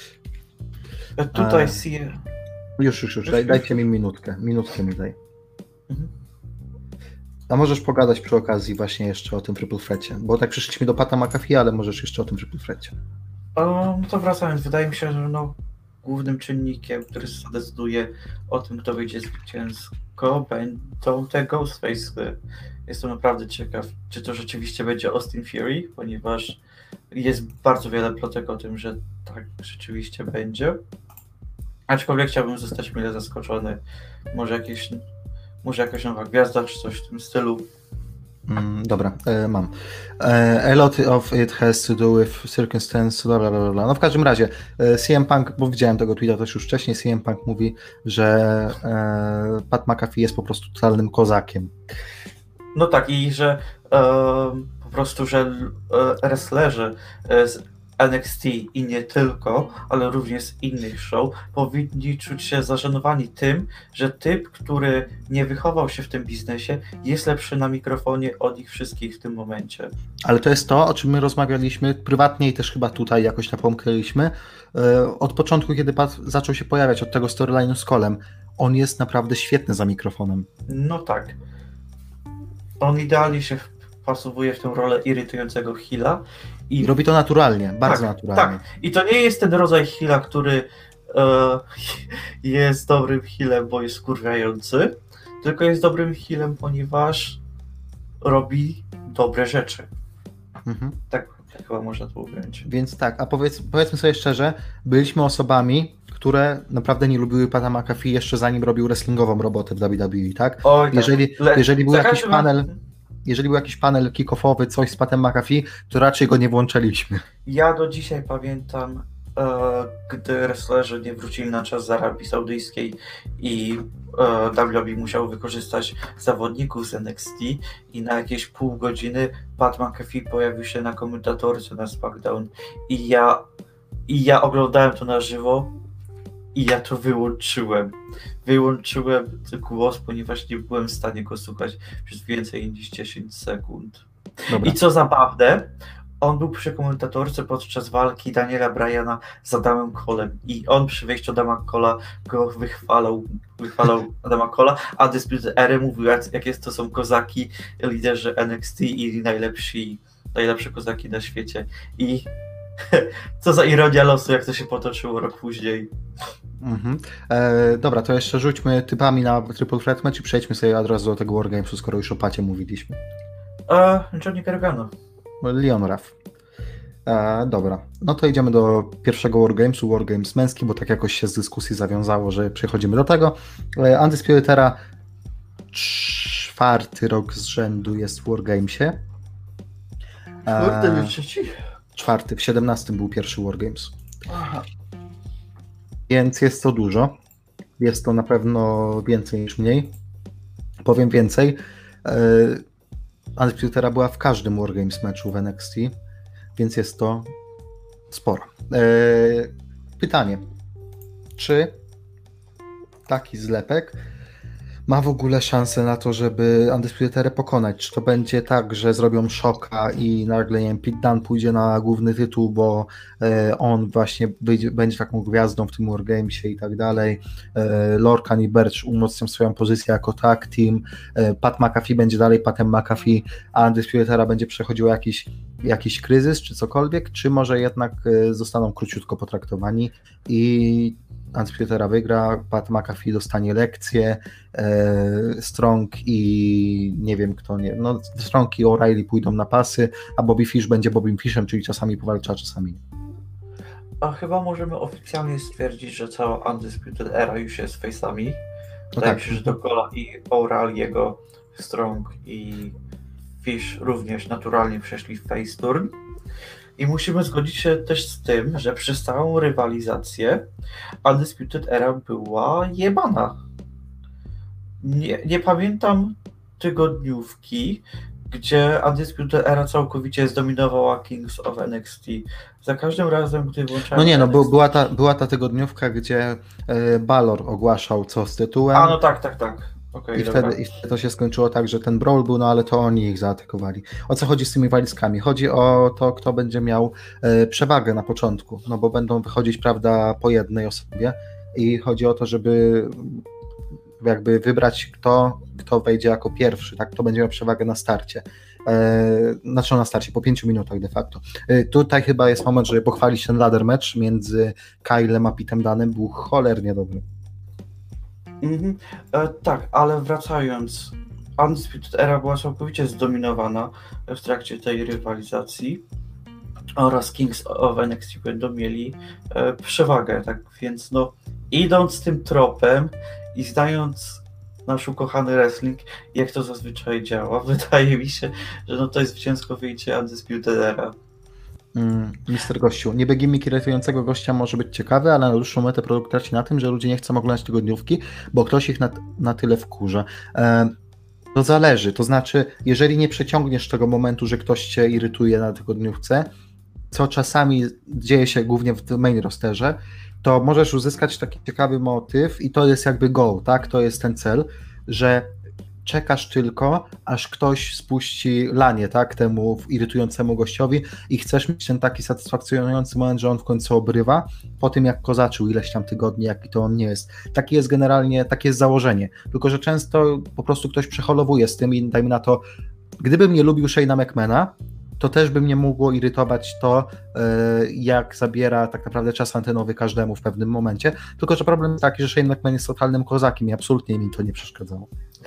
S3: Tutaj
S2: Już. Dajcie mi minutkę mi daj. Mhm. A możesz pogadać przy okazji właśnie jeszcze o tym Triple Threacie, bo tak przyszliśmy do Pata McAfee, ale możesz jeszcze o tym Triple Threacie.
S3: No to wracając, wydaje mi się, że no, głównym czynnikiem, który zadecyduje o tym, kto wyjdzie zwycięsko, będą te Ghostface. Jestem naprawdę ciekaw, czy to rzeczywiście będzie Austin Fury, ponieważ jest bardzo wiele plotek o tym, że tak rzeczywiście będzie. Aczkolwiek chciałbym zostać mile zaskoczony. Może jakaś nowa gwiazda, czy coś w tym stylu.
S2: Dobra, mam. A lot of it has to do with circumstance, bla, bla, bla, bla. No w każdym razie CM Punk, bo widziałem tego tweeta też już wcześniej, CM Punk mówi, że Pat McAfee jest po prostu totalnym kozakiem.
S3: No tak, i że po prostu, że wrestlerzy z NXT i nie tylko, ale również z innych show, powinni czuć się zażenowani tym, że typ, który nie wychował się w tym biznesie, jest lepszy na mikrofonie od ich wszystkich w tym momencie.
S2: Ale to jest to, o czym my rozmawialiśmy prywatnie i też chyba tutaj jakoś napomknęliśmy. Od początku, kiedy Pat zaczął się pojawiać, od tego storyline'u z Colem, on jest naprawdę świetny za mikrofonem.
S3: No tak. On idealnie się wpasowuje w tę rolę irytującego heala.
S2: I robi to naturalnie, bardzo naturalnie.
S3: Tak, i to nie jest ten rodzaj heala, który jest dobrym healem, bo jest wkurwiający, tylko jest dobrym healem, ponieważ robi dobre rzeczy. Mhm. Tak chyba można to ująć.
S2: Więc tak, a powiedzmy sobie szczerze, byliśmy osobami, które naprawdę nie lubiły Pata McAfee jeszcze zanim robił wrestlingową robotę w WWE, tak?
S3: Oj, tak.
S2: Jeżeli był jakiś panel... Jeżeli był jakiś panel kick-offowy, coś z Patem McAfee, to raczej go nie włączyliśmy.
S3: Ja do dzisiaj pamiętam, gdy wrestlerzy nie wrócili na czas z Arabii Saudyjskiej i WWE musiał wykorzystać zawodników z NXT i na jakieś pół godziny Pat McAfee pojawił się na komentatorce na SmackDown i ja oglądałem to na żywo i ja to wyłączyłem. Wyłączyłem głos, ponieważ nie byłem w stanie go słuchać przez więcej niż 10 sekund. Dobra. I co zabawne, on był przy komentatorce podczas walki Daniela Bryana z Adamem Colem i on przy wejściu Adama Cola go wychwalał Adama Cola, a Undisputed Era mówił, jakie to są kozaki, liderzy NXT i najlepsze kozaki na świecie. I co za ironia losu, jak to się potoczyło rok później.
S2: Mhm. Dobra, to jeszcze rzućmy typami na Triple Threat match i przejdźmy sobie od razu do tego Wargamesu, skoro już o Pacie mówiliśmy.
S3: Johnny Gargano.
S2: Leon Ruff. Dobra, no to idziemy do pierwszego Wargamesu, Wargames męski, bo tak jakoś się z dyskusji zawiązało, że przechodzimy do tego. Undisputed Era 4. rok z rzędu jest w Wargamesie.
S3: 4. czy 3?
S2: 4. W 17 był pierwszy Wargames.
S3: Aha.
S2: Więc jest to dużo. Jest to na pewno więcej niż mniej. Powiem więcej. Undisputed Era była w każdym Wargames meczu w NXT, więc jest to sporo. Pytanie. Czy taki zlepek ma w ogóle szansę na to, żeby Undisputed Era pokonać? Czy to będzie tak, że zrobią szoka i nagle, nie wiem, Pete Dunne pójdzie na główny tytuł, bo on właśnie będzie taką gwiazdą w tym Wargamesie i tak dalej. Lorcan i Birch umocnią swoją pozycję jako tag team. Pat McAfee będzie dalej Patem McAfee, a Undisputed Era będzie przechodziło jakiś kryzys czy cokolwiek, czy może jednak zostaną króciutko potraktowani i Undisputed Era wygra, Pat McAfee dostanie lekcję, Strong i nie wiem kto, nie, no Strong i O'Reilly pójdą na pasy, a Bobby Fish będzie Bobbym Fishem, czyli czasami powalcza, czasami nie.
S3: A chyba możemy oficjalnie stwierdzić, że cała Undisputed Era już jest face'ami.
S2: No
S3: Wydaje
S2: tak.
S3: mi się, że Dokola i O'Reilly'ego, Strong i Fish również naturalnie przeszli w face turn. I musimy zgodzić się też z tym, że przez całą rywalizację Undisputed Era była jebana. Nie pamiętam tygodniówki, gdzie Undisputed Era całkowicie zdominowała Kings of NXT. Za każdym razem, gdy włączałem
S2: No nie, no
S3: NXT...
S2: była ta tygodniówka, gdzie Balor ogłaszał co z tytułem.
S3: A no tak. Okay,
S2: I wtedy to się skończyło tak, że ten brawl był, no ale to oni ich zaatakowali. O co chodzi z tymi walizkami? Chodzi o to, kto będzie miał przewagę na początku, no bo będą wychodzić, prawda, po jednej osobie i chodzi o to, żeby jakby wybrać kto wejdzie jako pierwszy, tak, kto będzie miał przewagę na starcie. Znaczy na starcie, po 5 minutach de facto. Tutaj chyba jest moment, żeby pochwalić ten ladder match między Kylem a Pitem Dunnem, był cholernie dobry.
S3: Tak, ale wracając, Undisputed Era była całkowicie zdominowana w trakcie tej rywalizacji oraz Kings of NXT będą mieli przewagę, tak więc no idąc tym tropem i znając nasz ukochany wrestling, jak to zazwyczaj działa, wydaje mi się, że no to zwycięsko wyjdzie Undisputed Era.
S2: Mister Gościu, niby gimmick irytującego gościa może być ciekawy, ale na dłuższą metę produkt traci na tym, że ludzie nie chcą oglądać tygodniówki, bo ktoś ich na tyle wkurza. To zależy, to znaczy, jeżeli nie przeciągniesz tego momentu, że ktoś cię irytuje na tygodniówce, co czasami dzieje się głównie w main rosterze, to możesz uzyskać taki ciekawy motyw i to jest jakby goal, tak? To jest ten cel, że czekasz tylko, aż ktoś spuści lanie, tak, temu irytującemu gościowi i chcesz mieć ten taki satysfakcjonujący moment, że on w końcu obrywa, po tym jak kozaczył ileś tam tygodni, jaki to on nie jest. Taki jest generalnie, takie jest założenie, tylko że często po prostu ktoś przeholowuje z tym i dajmy na to, gdybym nie lubił Shane'a McMahona, to też by mnie mogło irytować to, jak zabiera tak naprawdę czas antenowy każdemu w pewnym momencie, tylko że problem jest taki, że Shane McMahon jest totalnym kozakiem i absolutnie mi to nie przeszkadzało.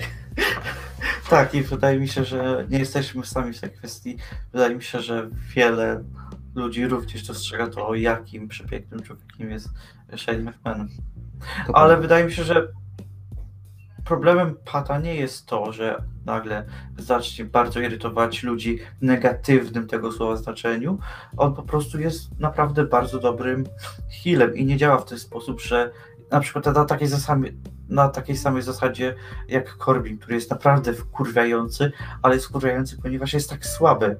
S3: Tak, i wydaje mi się, że nie jesteśmy sami w tej kwestii. Wydaje mi się, że wiele ludzi również dostrzega to, jakim przepięknym człowiekiem jest Shane McMahon. Ale wydaje mi się, że problemem Pata nie jest to, że nagle zacznie bardzo irytować ludzi w negatywnym tego słowa znaczeniu. On po prostu jest naprawdę bardzo dobrym healem i nie działa w ten sposób, że na przykład na takiej samej zasadzie jak Corbin, który jest naprawdę wkurwiający, ale jest wkurwiający, ponieważ jest tak słaby.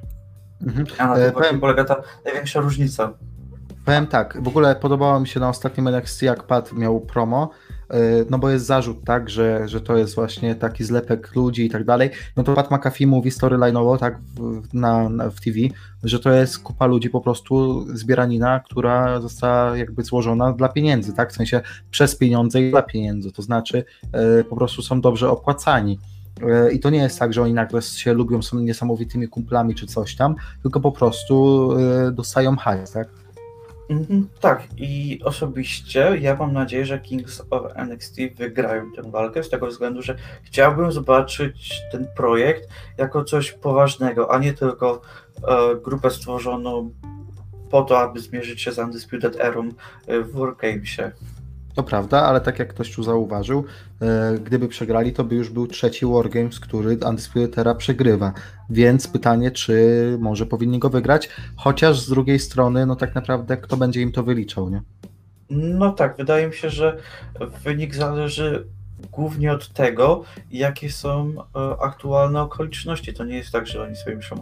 S3: A na tym właśnie polega ta największa różnica.
S2: Powiem tak, w ogóle podobało mi się na ostatnim NXT, jak Pat miał promo, no bo jest zarzut, tak, że to jest właśnie taki zlepek ludzi i tak dalej, no to Pat McAfee mówi storyline'owo, tak, w TV, że to jest kupa ludzi po prostu zbieranina, która została jakby złożona dla pieniędzy, tak, w sensie przez pieniądze i dla pieniędzy, to znaczy po prostu są dobrze opłacani. I to nie jest tak, że oni nagle się lubią, są niesamowitymi kumplami czy coś tam, tylko po prostu dostają hajs, tak?
S3: Tak, i osobiście ja mam nadzieję, że Kings of NXT wygrają tę walkę z tego względu, że chciałbym zobaczyć ten projekt jako coś poważnego, a nie tylko grupę stworzoną po to, aby zmierzyć się z Undisputed Erą w Wargamesie.
S2: To prawda, ale tak jak ktoś tu zauważył, gdyby przegrali, to by już był trzeci Wargames, który Undisputed Era przegrywa. Więc pytanie, czy może powinni go wygrać, chociaż z drugiej strony, no tak naprawdę, kto będzie im to wyliczał, nie?
S3: No tak, wydaje mi się, że wynik zależy głównie od tego, jakie są aktualne okoliczności. To nie jest tak, że oni sobie myślą,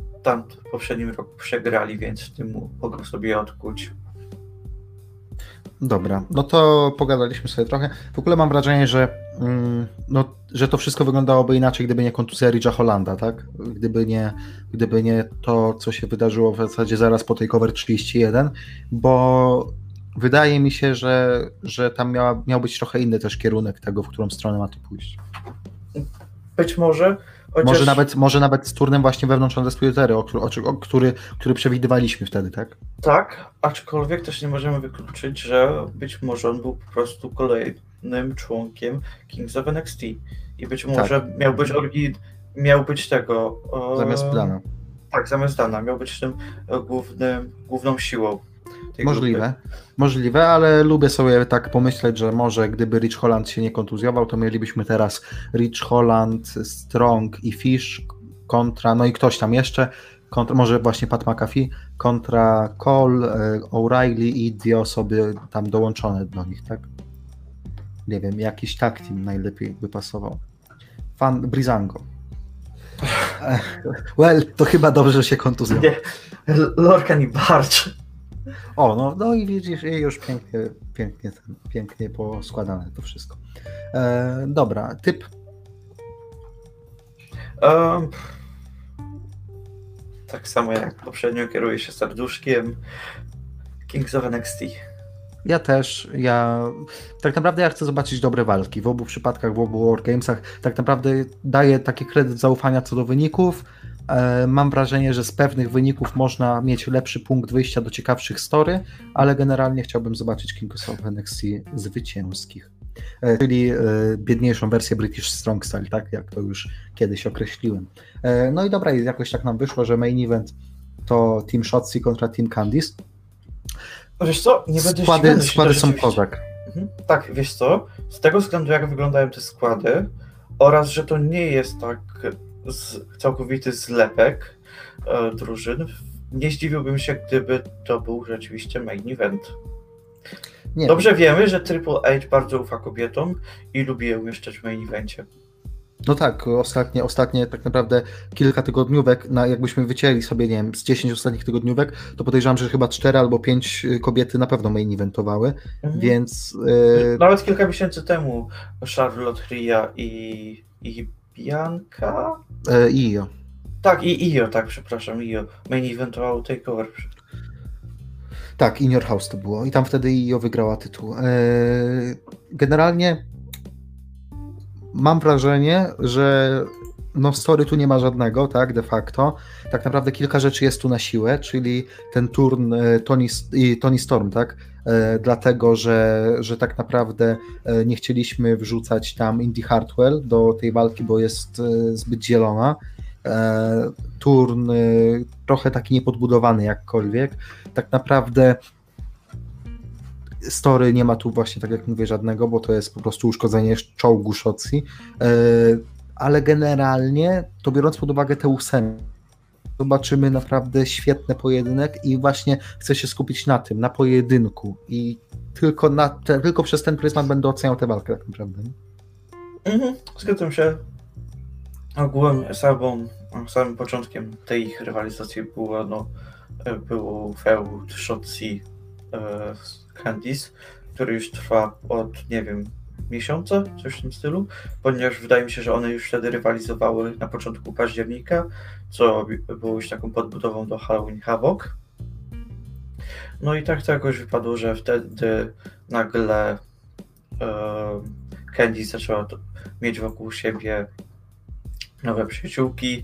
S3: w poprzednim roku przegrali, więc w tym mogą sobie odkuć.
S2: Dobra, no to pogadaliśmy sobie trochę. W ogóle mam wrażenie, że to wszystko wyglądałoby inaczej, gdyby nie kontuzja Ridge'a Hollanda, tak? Gdyby nie to, co się wydarzyło w zasadzie zaraz po Takeover 31, bo wydaje mi się, że tam miał być trochę inny też kierunek tego, w którą stronę ma to pójść.
S3: Być może. Chociaż...
S2: Może nawet z turnem właśnie wewnątrz Undisputed, który przewidywaliśmy wtedy, tak?
S3: Tak, aczkolwiek też nie możemy wykluczyć, że być może on był po prostu kolejnym członkiem Kings of NXT i być może tak. miał być tego...
S2: Zamiast Dana.
S3: Tak, zamiast Dana. Miał być tym główną siłą tej
S2: Możliwe, ale lubię sobie tak pomyśleć, że może gdyby Ridge Holland się nie kontuzjował, to mielibyśmy teraz Ridge Holland, Strong i Fish kontra, no i ktoś tam jeszcze, może właśnie Pat McAfee, kontra Cole, O'Reilly i dwie osoby tam dołączone do nich, tak? Nie wiem, jakiś tag team najlepiej by pasował. Breezango. To chyba dobrze, że się kontuzjował.
S3: Lorcan i Barge.
S2: No i widzisz, już pięknie poskładane to wszystko. Dobra, typ.
S3: Tak samo jak poprzednio kieruję się serduszkiem Kings of NXT.
S2: Ja też. Tak naprawdę ja chcę zobaczyć dobre walki. W obu przypadkach, w obu Wargamesach tak naprawdę daję taki kredyt zaufania co do wyników. Mam wrażenie, że z pewnych wyników można mieć lepszy punkt wyjścia do ciekawszych story, ale generalnie chciałbym zobaczyć Kings of NXT zwycięskich. Czyli biedniejszą wersję British Strong Style, tak jak to już kiedyś określiłem. No i dobra, jakoś tak nam wyszło, że main event to Team Shotzi kontra Team Candice.
S3: Wiesz co, nie będę
S2: składy są kozak.
S3: Tak, wiesz co, z tego względu jak wyglądają te składy oraz, że to nie jest tak całkowity zlepek drużyn, nie zdziwiłbym się, gdyby to był rzeczywiście main event. Dobrze wiemy, że Triple H bardzo ufa kobietom i lubi je umieszczać w main evencie.
S2: No tak, ostatnie tak naprawdę kilka tygodniówek, jakbyśmy wycięli sobie, nie wiem, z 10 ostatnich tygodniówek, to podejrzewam, że chyba 4 albo 5 kobiety na pewno main eventowały, więc...
S3: Nawet kilka miesięcy temu Charlotte, Rhea i Bianca?
S2: Io.
S3: Tak, i Io, tak, przepraszam, Io. Main eventowało Takeover.
S2: Tak, In Your House to było i tam wtedy Io wygrała tytuł. Generalnie mam wrażenie, że story tu nie ma żadnego, tak, de facto. Tak naprawdę kilka rzeczy jest tu na siłę, czyli ten turn Toni Storm, tak, dlatego, że tak naprawdę nie chcieliśmy wrzucać tam Indy Hartwell do tej walki, bo jest zbyt zielona. Turn trochę taki niepodbudowany jakkolwiek. Tak naprawdę story nie ma tu właśnie, tak jak mówię, żadnego, bo to jest po prostu uszkodzenie czołgu Shotzi, ale generalnie to biorąc pod uwagę te 8, zobaczymy naprawdę świetny pojedynek i właśnie chcę się skupić na tym, na pojedynku i tylko przez ten pryzmat będę oceniał tę walkę tak naprawdę.
S3: Zgadzam się. Ogółem samym początkiem tej ich rywalizacji był feud Shotzi Candice, który już trwa od, nie wiem, miesiąca, coś w tym stylu, ponieważ wydaje mi się, że one już wtedy rywalizowały na początku października, co było już taką podbudową do Halloween Havoc. No i tak to jakoś wypadło, że wtedy nagle Candice zaczęła mieć wokół siebie nowe przyjaciółki.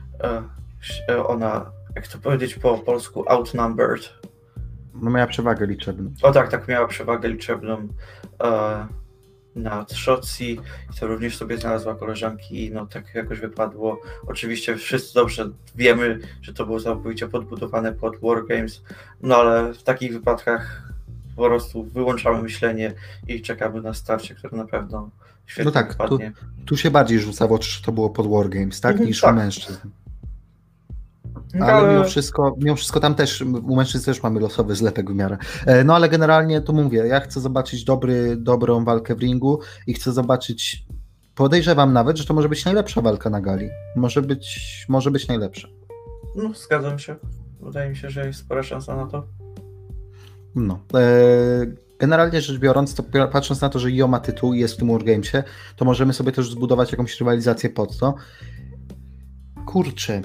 S3: Ona, jak to powiedzieć po polsku, outnumbered.
S2: No miała przewagę liczebną.
S3: O tak, miała przewagę liczebną nad Shotzi i to również sobie znalazła koleżanki, no tak jakoś wypadło. Oczywiście wszyscy dobrze wiemy, że to było całkowicie podbudowane pod Wargames, no ale w takich wypadkach po prostu wyłączamy myślenie i czekamy na starcie, które na pewno świetnie wypadnie.
S2: Tu się bardziej rzuca w oczy, że to było pod Wargames, tak? Niż u mężczyzn. Ale mimo wszystko tam też, u mężczyzn też mamy losowy zlepek w miarę. No ale generalnie to mówię, ja chcę zobaczyć dobrą walkę w ringu i chcę zobaczyć, podejrzewam nawet, że to może być najlepsza walka na gali. Może być najlepsza.
S3: No, zgadzam się. Wydaje mi się, że jest spora szansa na to.
S2: No. Generalnie rzecz biorąc, to patrząc na to, że IO ma tytuł i jest w tym Wargamesie, to możemy sobie też zbudować jakąś rywalizację pod to. Kurczę,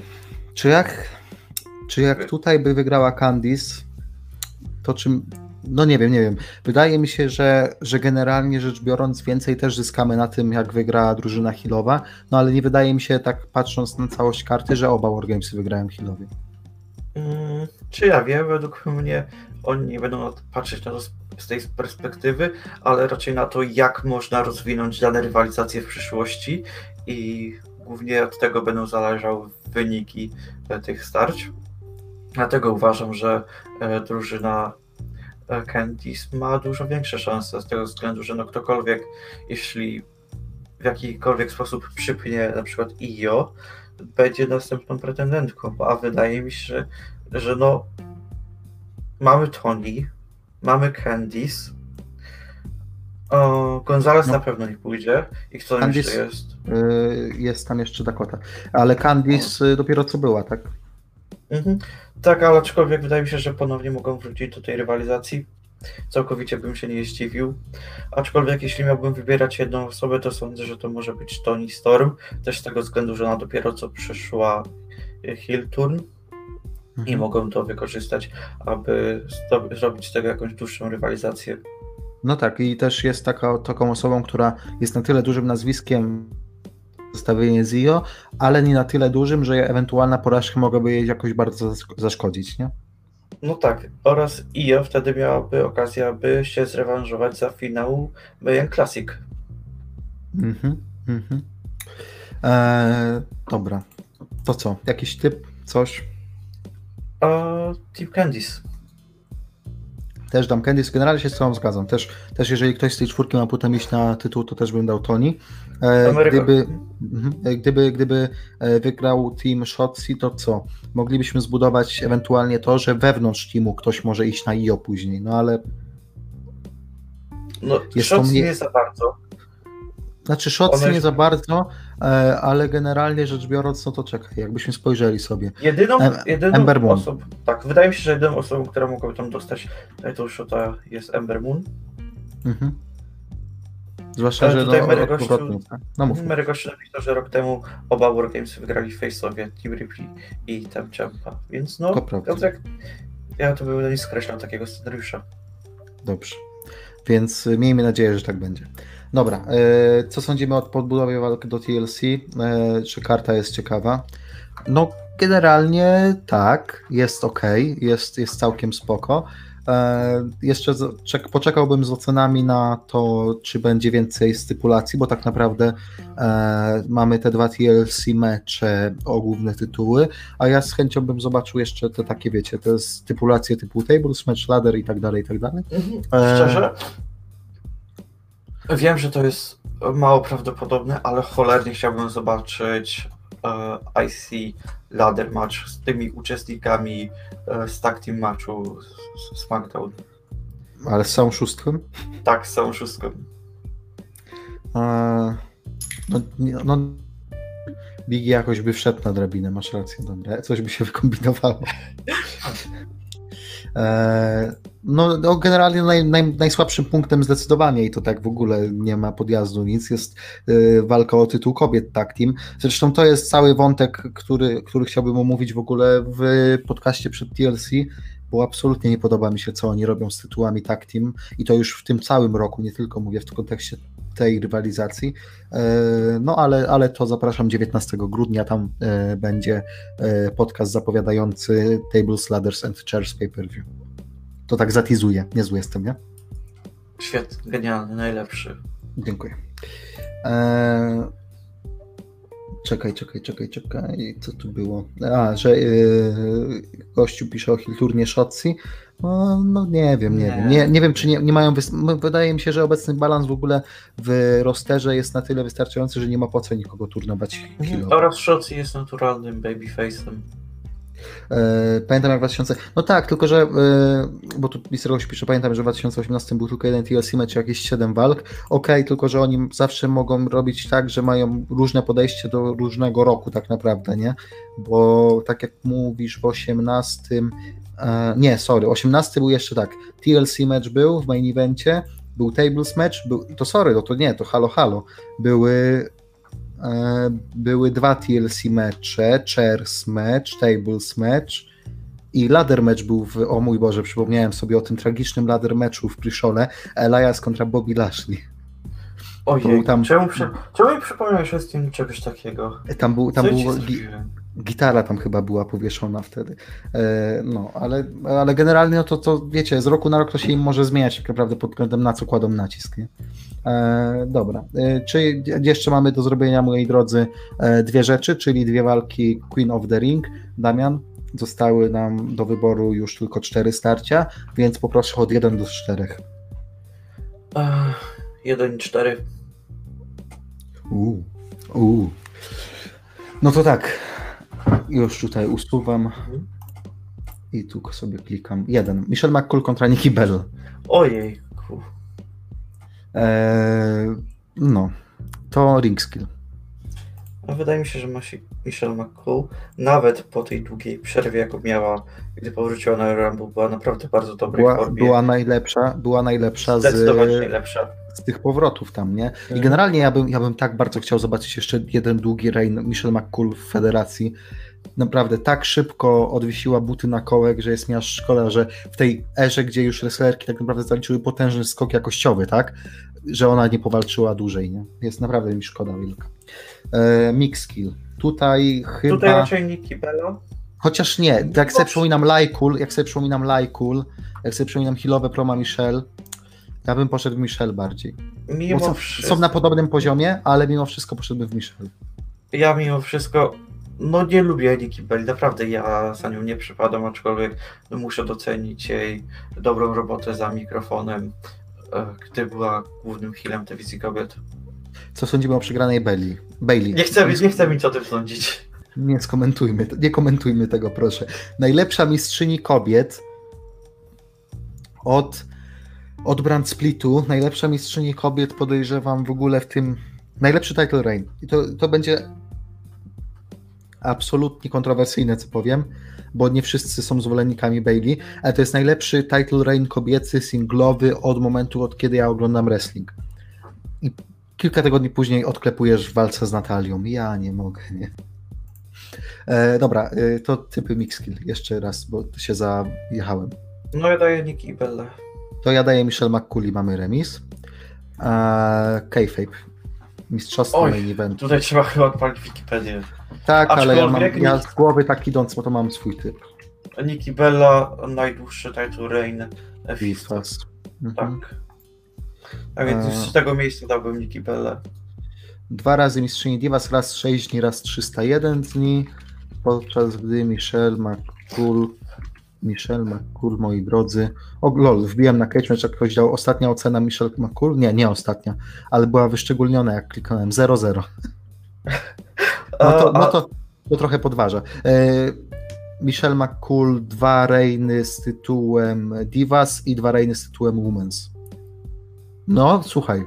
S2: czy jak tutaj by wygrała Candice, to czym... No nie wiem. Wydaje mi się, że generalnie rzecz biorąc więcej też zyskamy na tym, jak wygra drużyna healowa, no ale nie wydaje mi się, tak patrząc na całość karty, że oba Wargamesy wygrają healowie.
S3: Czy ja wiem, według mnie oni nie będą patrzeć na to z tej perspektywy, ale raczej na to, jak można rozwinąć dane rywalizacje w przyszłości i głównie od tego będą zależały wyniki tych starć. Dlatego uważam, że drużyna Candice ma dużo większe szanse z tego względu, że no ktokolwiek, jeśli w jakikolwiek sposób przypnie na przykład IO, będzie następną pretendentką, a wydaje mi się, że no mamy Toni, mamy Candice, Gonzalez na pewno nie pójdzie i kto tam jeszcze jest?
S2: Jest tam jeszcze Dakota, ale Candice dopiero co była, tak?
S3: Tak, ale aczkolwiek wydaje mi się, że ponownie mogą wrócić do tej rywalizacji. Całkowicie bym się nie zdziwił. Aczkolwiek jeśli miałbym wybierać jedną osobę, to sądzę, że to może być Toni Storm. Też z tego względu, że ona dopiero co przeszła Heel Turn i mogą to wykorzystać, aby zrobić z tego jakąś dłuższą rywalizację.
S2: No tak, i też jest taką osobą, która jest na tyle dużym nazwiskiem zestawienie z IO, ale nie na tyle dużym, że ewentualna porażka mogłaby jej jakoś bardzo zaszkodzić, nie?
S3: No tak, oraz IO wtedy miałaby okazję, aby się zrewanżować za finał Bayern Classic.
S2: Dobra, to co? Jakiś typ? Coś?
S3: Team Candice.
S2: Też dam Candice, generalnie się z tobą zgadzam. Też jeżeli ktoś z tej czwórki ma potem iść na tytuł, to też bym dał Toni. Gdyby wygrał team Shotzi, to co? Moglibyśmy zbudować ewentualnie to, że wewnątrz teamu ktoś może iść na IO później, no ale...
S3: No, Shotzi nie za bardzo.
S2: Znaczy Shotzi nie za bardzo, ale generalnie rzecz biorąc, no to czekaj, jakbyśmy spojrzeli sobie.
S3: Jedyną
S2: Ember Moon.
S3: osobą, tak, wydaje mi się, że jedyną osobą, która mogłaby tam dostać title shota jest Ember Moon.
S2: Zwłaszcza, że
S3: Mary Gościu napisał, że rok temu oba Wargames wygrali face'owie, Team Ripley i tam Ciampa, więc no, Piotrek, ja to bym nie skreślał takiego scenariusza.
S2: Dobrze, więc miejmy nadzieję, że tak będzie. Dobra, co sądzimy o podbudowie walki do TLC? Czy karta jest ciekawa? No generalnie tak, jest ok, jest całkiem spoko. Jeszcze poczekałbym z ocenami na to, czy będzie więcej stypulacji, bo tak naprawdę mamy te 2 TLC mecze o główne tytuły, a ja z chęcią bym zobaczył jeszcze te takie, wiecie, te stypulacje typu tables, match ladder i tak dalej, i tak dalej.
S3: Szczerze? Wiem, że to jest mało prawdopodobne, ale cholernie chciałbym zobaczyć IC ladder match z tymi uczestnikami z tag team matchu z SmackDown.
S2: Ale z całą szóstką?
S3: Tak, z całą szóstką.
S2: No Biggie jakoś by wszedł na drabinę, masz rację, dobra, coś by się wykombinowało. No generalnie najsłabszym punktem zdecydowanie i to tak w ogóle nie ma podjazdu nic, jest walka o tytuł kobiet tag team. Zresztą to jest cały wątek, który chciałbym omówić w ogóle w podcaście przed TLC, bo absolutnie nie podoba mi się, co oni robią z tytułami tag team i to już w tym całym roku, nie tylko mówię w kontekście tej rywalizacji, no ale to zapraszam 19 grudnia, tam będzie podcast zapowiadający Tables, Ladders and Chairs pay-per-view. To tak zatizuję, niezły jestem, nie?
S3: Świetny, genialny, najlepszy.
S2: Dziękuję. Czekaj, co tu było? Że gościu pisze o Hilturnie Shotzi. No nie wiem, czy nie mają, wydaje mi się, że obecny balans w ogóle w rosterze jest na tyle wystarczający, że nie ma po co nikogo turnować.
S3: Oraz Shotzi jest naturalnym babyface'em.
S2: Pamiętam jak 2000... No tak, tylko że bo tu Mister Gość pisze, pamiętam, że w 2018 był tylko jeden TLC mecz, jakieś 7 walk. Okej, tylko że oni zawsze mogą robić tak, że mają różne podejście do różnego roku tak naprawdę, nie? Bo tak jak mówisz, w 18 Nie, sorry, 18 był jeszcze tak. TLC match był w main evencie, był tables match, to halo halo. Były 2 TLC mecze, chairs match, tables match i ladder match był o mój Boże, przypomniałem sobie o tym tragicznym ladder matchu w Prishole, Elias kontra Bobby Lashley.
S3: Ojej, czemu mi przypomniałeś o tym czegoś takiego?
S2: Tam był gitara tam chyba była powieszona wtedy. No, ale generalnie no to wiecie, z roku na rok to się im może zmieniać tak naprawdę pod względem na co kładą nacisk, nie? Dobra. Czy jeszcze mamy do zrobienia, moi drodzy, 2 rzeczy, czyli 2 walki Queen of the Ring. Damian, zostały nam do wyboru już tylko 4 starcia, więc poproszę od 1 do 4.
S3: 1 i 4.
S2: No to tak, już tutaj usuwam i tu sobie klikam. 1. Michelle McCool kontra Nikki Bella.
S3: Ojej.
S2: No, to ring skill.
S3: Wydaje mi się, że Michelle McCool nawet po tej długiej przerwie, jaką miała, gdy powróciła na Rumble, była naprawdę bardzo dobrej formie.
S2: Była najlepsza
S3: zdecydowanie najlepsza
S2: z tych powrotów tam, nie? I generalnie ja bym tak bardzo chciał zobaczyć jeszcze jeden długi reign Michelle McCool w federacji. Naprawdę tak szybko odwiesiła buty na kołek, że jest mi aż szkoda, że w tej erze, gdzie już wrestlerki tak naprawdę zaliczyły potężny skok jakościowy, tak? Że ona nie powalczyła dłużej, nie? Jest naprawdę mi szkoda wielka. Mix skill. Tutaj
S3: raczej Nikki Bella.
S2: Chociaż nie, jak sobie przypominam Lajkul, jak sobie przypominam healowe proma Michelle, ja bym poszedł w Michelle bardziej. Są na podobnym poziomie, ale mimo wszystko poszedłbym w Michelle.
S3: Ja mimo wszystko nie lubię Nikki Belli, naprawdę ja za nią nie przypadam, aczkolwiek muszę docenić jej dobrą robotę za mikrofonem, gdy była głównym healem telewizji kobiet.
S2: Co sądzimy o przegranej Bayley?
S3: Nie chcę mi o tym sądzić.
S2: Nie komentujmy tego, proszę. Najlepsza mistrzyni kobiet od brand splitu, najlepsza mistrzyni kobiet, podejrzewam w ogóle w tym, najlepszy title reign. I to będzie absolutnie kontrowersyjne, co powiem, bo nie wszyscy są zwolennikami Bayley, ale to jest najlepszy title reign kobiecy, singlowy od momentu, od kiedy ja oglądam wrestling. I kilka tygodni później odklepujesz w walce z Natalią. Ja nie mogę, nie. Dobra, to typy mixkill. Jeszcze raz, bo się zajechałem.
S3: No ja daję Nikki Bella.
S2: To ja daję Michelle McCool i mamy remis. Kayfabe. Mistrzostwo main event.
S3: Tutaj trzeba chyba odpalić Wikipedię.
S2: Tak, ale ja z głowy tak idąc, bo to mam swój typ.
S3: Nikki Bella, najdłuższy title reign.
S2: FIFAs.
S3: Tak. A więc z tego miejsca dałbym Nikki Bella.
S2: 2 razy mistrzyni Divas, raz 6 dni, raz 301 dni, podczas gdy Michelle McCool, moi drodzy, wbiłem na Cage Match, jak ktoś dał ostatnia ocena Michelle McCool, nie ostatnia, ale była wyszczególniona, jak kliknąłem 0-0. To trochę podważa. Michelle McCool, 2 reigny z tytułem Divas i 2 reigny z tytułem Women's. No, słuchaj.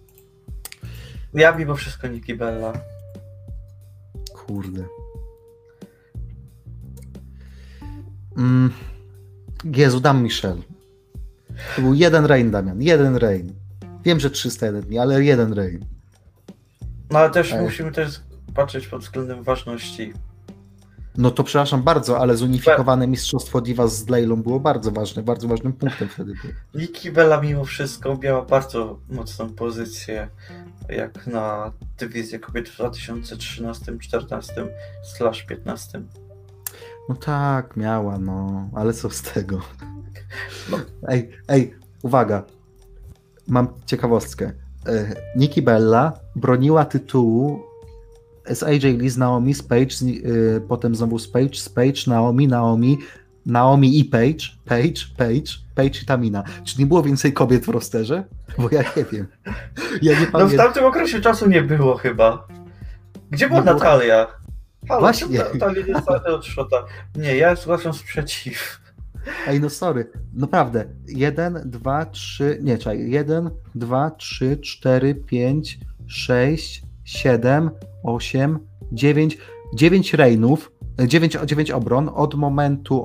S3: Ja mimo wszystko Nikki Bella.
S2: Kurde. Jezu, dam Michelle. To był 1 reign, Damian. 1 reign. Wiem, że 301 dni, ale 1 reign.
S3: No ale też musimy patrzeć pod względem ważności.
S2: No to przepraszam bardzo, ale zunifikowane mistrzostwo Divas z Leilą było bardzo ważnym punktem wtedy.
S3: Nikki Bella mimo wszystko miała bardzo mocną pozycję jak na dywizję kobiet w 2013-14/15.
S2: No tak, miała, no, ale co z tego? No. Ej, uwaga, mam ciekawostkę. Nikki Bella broniła tytułu z AJ Lee, z Naomi, z Paige, potem znowu z Paige, Naomi i Paige i Tamina. Czy nie było więcej kobiet w rosterze? Bo ja nie wiem.
S3: No w tamtym okresie czasu nie było chyba. Gdzie była Natalia? Halo,
S2: właśnie.
S3: Natalia nie stała od Shota. Nie, ja zgłaszam sprzeciw.
S2: Ej, no sorry, naprawdę. 1, 2, 3, 4, 5, 6, 7, 8, 9 reignów 9 obron od momentu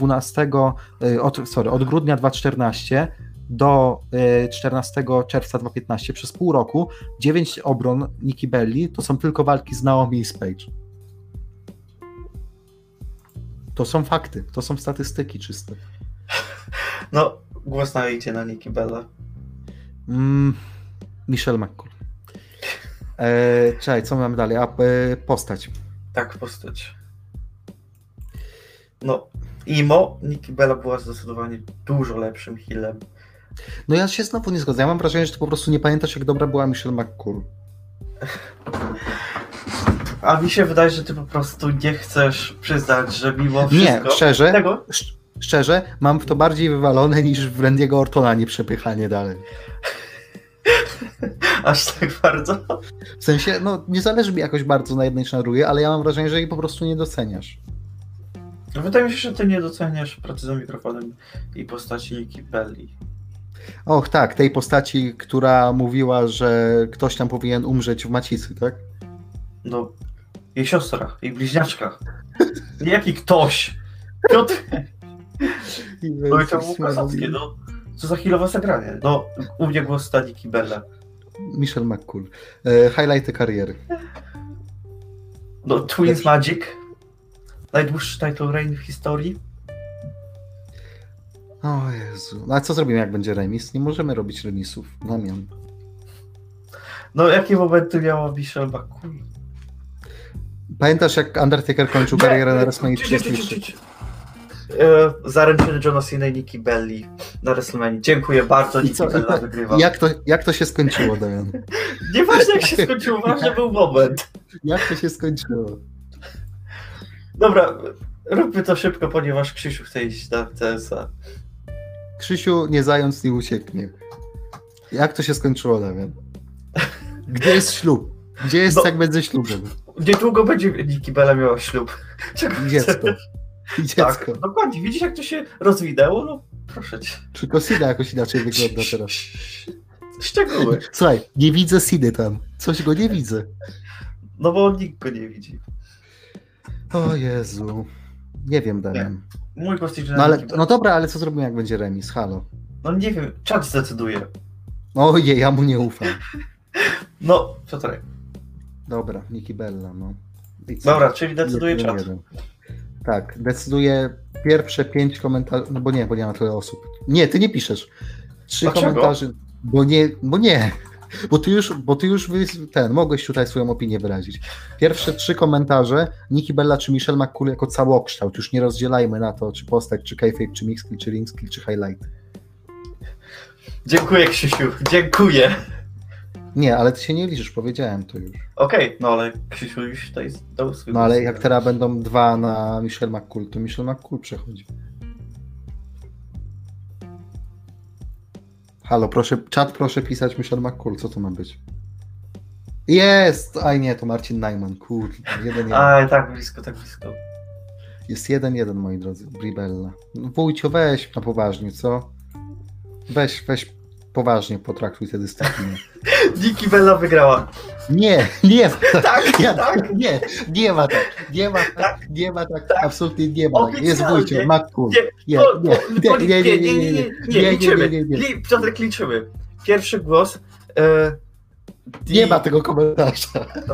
S2: od grudnia 2014 do 14 czerwca 2015 przez pół roku 9 obron Nikki Belli to są tylko walki z Naomi i z Paige. To są fakty, to są statystyki czyste.
S3: No, głos idzie na Nikki Bella.
S2: Michelle McCool. Czekaj, co mamy dalej? Postać.
S3: Tak, postać. No, Nikki Bella była zdecydowanie dużo lepszym healem.
S2: No ja się znowu nie zgadzam. Ja mam wrażenie, że ty po prostu nie pamiętasz, jak dobra była Michelle McCool.
S3: A mi się wydaje, że ty po prostu nie chcesz przyznać, że mimo wszystko...
S2: Nie, szczerze, mam w to bardziej wywalone niż w Randy'ego Ortona nieprzepychanie dalej.
S3: Aż tak bardzo?
S2: W sensie, no nie zależy mi jakoś bardzo na jednej czy na drugiej, ale ja mam wrażenie, że jej po prostu nie doceniasz.
S3: Wydaje mi się, że ty nie doceniasz pracy za mikrofonem i postaci Nikki Belli.
S2: Och tak, tej postaci, która mówiła, że ktoś tam powinien umrzeć w macicy, tak?
S3: No, jej siostra, jej bliźniaczka. Jaki ktoś? Piotr? No i to było kasackie, no. Co za chwilowe zagranie. No, u mnie głos ta Nikki Bella.
S2: Michelle McCool. Highlighty kariery.
S3: No, Twins Magic. Najdłuższy title reign w historii.
S2: O Jezu. No a co zrobimy, jak będzie remis? Nie możemy robić remisów. Damian.
S3: No, jakie momenty miała Michelle McCool?
S2: Pamiętasz, jak Undertaker kończył karierę na WrestleMania 33?
S3: Zaręczyny Johna Cena i Nikki Belli na WrestleMania. Dziękuję bardzo, Nikki Bella wygrywa.
S2: Jak to się skończyło, Damian?
S3: Nieważne jak się skończyło, ważny był moment.
S2: Jak to się skończyło?
S3: Dobra, róbmy to szybko, ponieważ Krzysiu chce iść na CS-a.
S2: Krzysiu, nie zając, nie ucieknie. Jak to się skończyło, Damian? Gdzie jest ślub? Gdzie jest segment ze ślubem?
S3: Niedługo będzie Nikki Bella miała ślub. Czego
S2: Dziecko. I dziecko.
S3: Tak, dokładnie. Widzisz, jak to się rozwinęło? No, proszę cię.
S2: Tylko Sida jakoś inaczej wygląda teraz.
S3: Szczegóły.
S2: Słuchaj, nie widzę Sidy tam. Coś go nie widzę.
S3: No bo nikt go nie widzi.
S2: O Jezu. Nie wiem, Damian.
S3: Mój postaci, że
S2: no dobra, ale co zrobimy, jak będzie remis? Halo.
S3: No nie wiem, czat zdecyduje.
S2: Ojej, ja mu nie ufam.
S3: No, Piotrek.
S2: Dobra, Nikki Bella, no.
S3: Dobra, czyli decyduje czat.
S2: Tak, decyduje pierwsze 5 komentarzy, no bo nie ma tyle osób. Nie, ty nie piszesz. 3 komentarze, bo nie. Bo ty już mogłeś tutaj swoją opinię wyrazić. Pierwsze 3 komentarze, Nikki Bella czy Michelle McCool jako całokształt. Już nie rozdzielajmy na to, czy postać, czy kayfabe, czy mixkill, czy ringskill, czy highlight.
S3: Dziękuję, Krzysiu, dziękuję.
S2: Nie, ale ty się nie liczysz, powiedziałem to już.
S3: Okej, no ale Krzysiu już tutaj dał swój.
S2: No ale jak teraz będą 2 na Michelle McCool, to Michelle McCool przechodzi. Halo, proszę pisać Michelle McCool, co to ma być? Jest! Aj nie, to Marcin Najman, kurde. 1-1.
S3: Aj, tak blisko, tak blisko.
S2: Jest 1-1, moi drodzy, Brie Bella. No, Wójcio, weź na poważnie, co? Weź poważnie potraktuj tę dyscyplinę.
S3: Nikki Bella wygrała.
S2: Nie.
S3: Tak,
S2: nie ma tak, absolutnie nie ma. Jest Wójcio, McCool. Nie.
S3: Piotrek, liczymy. Pierwszy głos.
S2: Nie ma tego komentarza.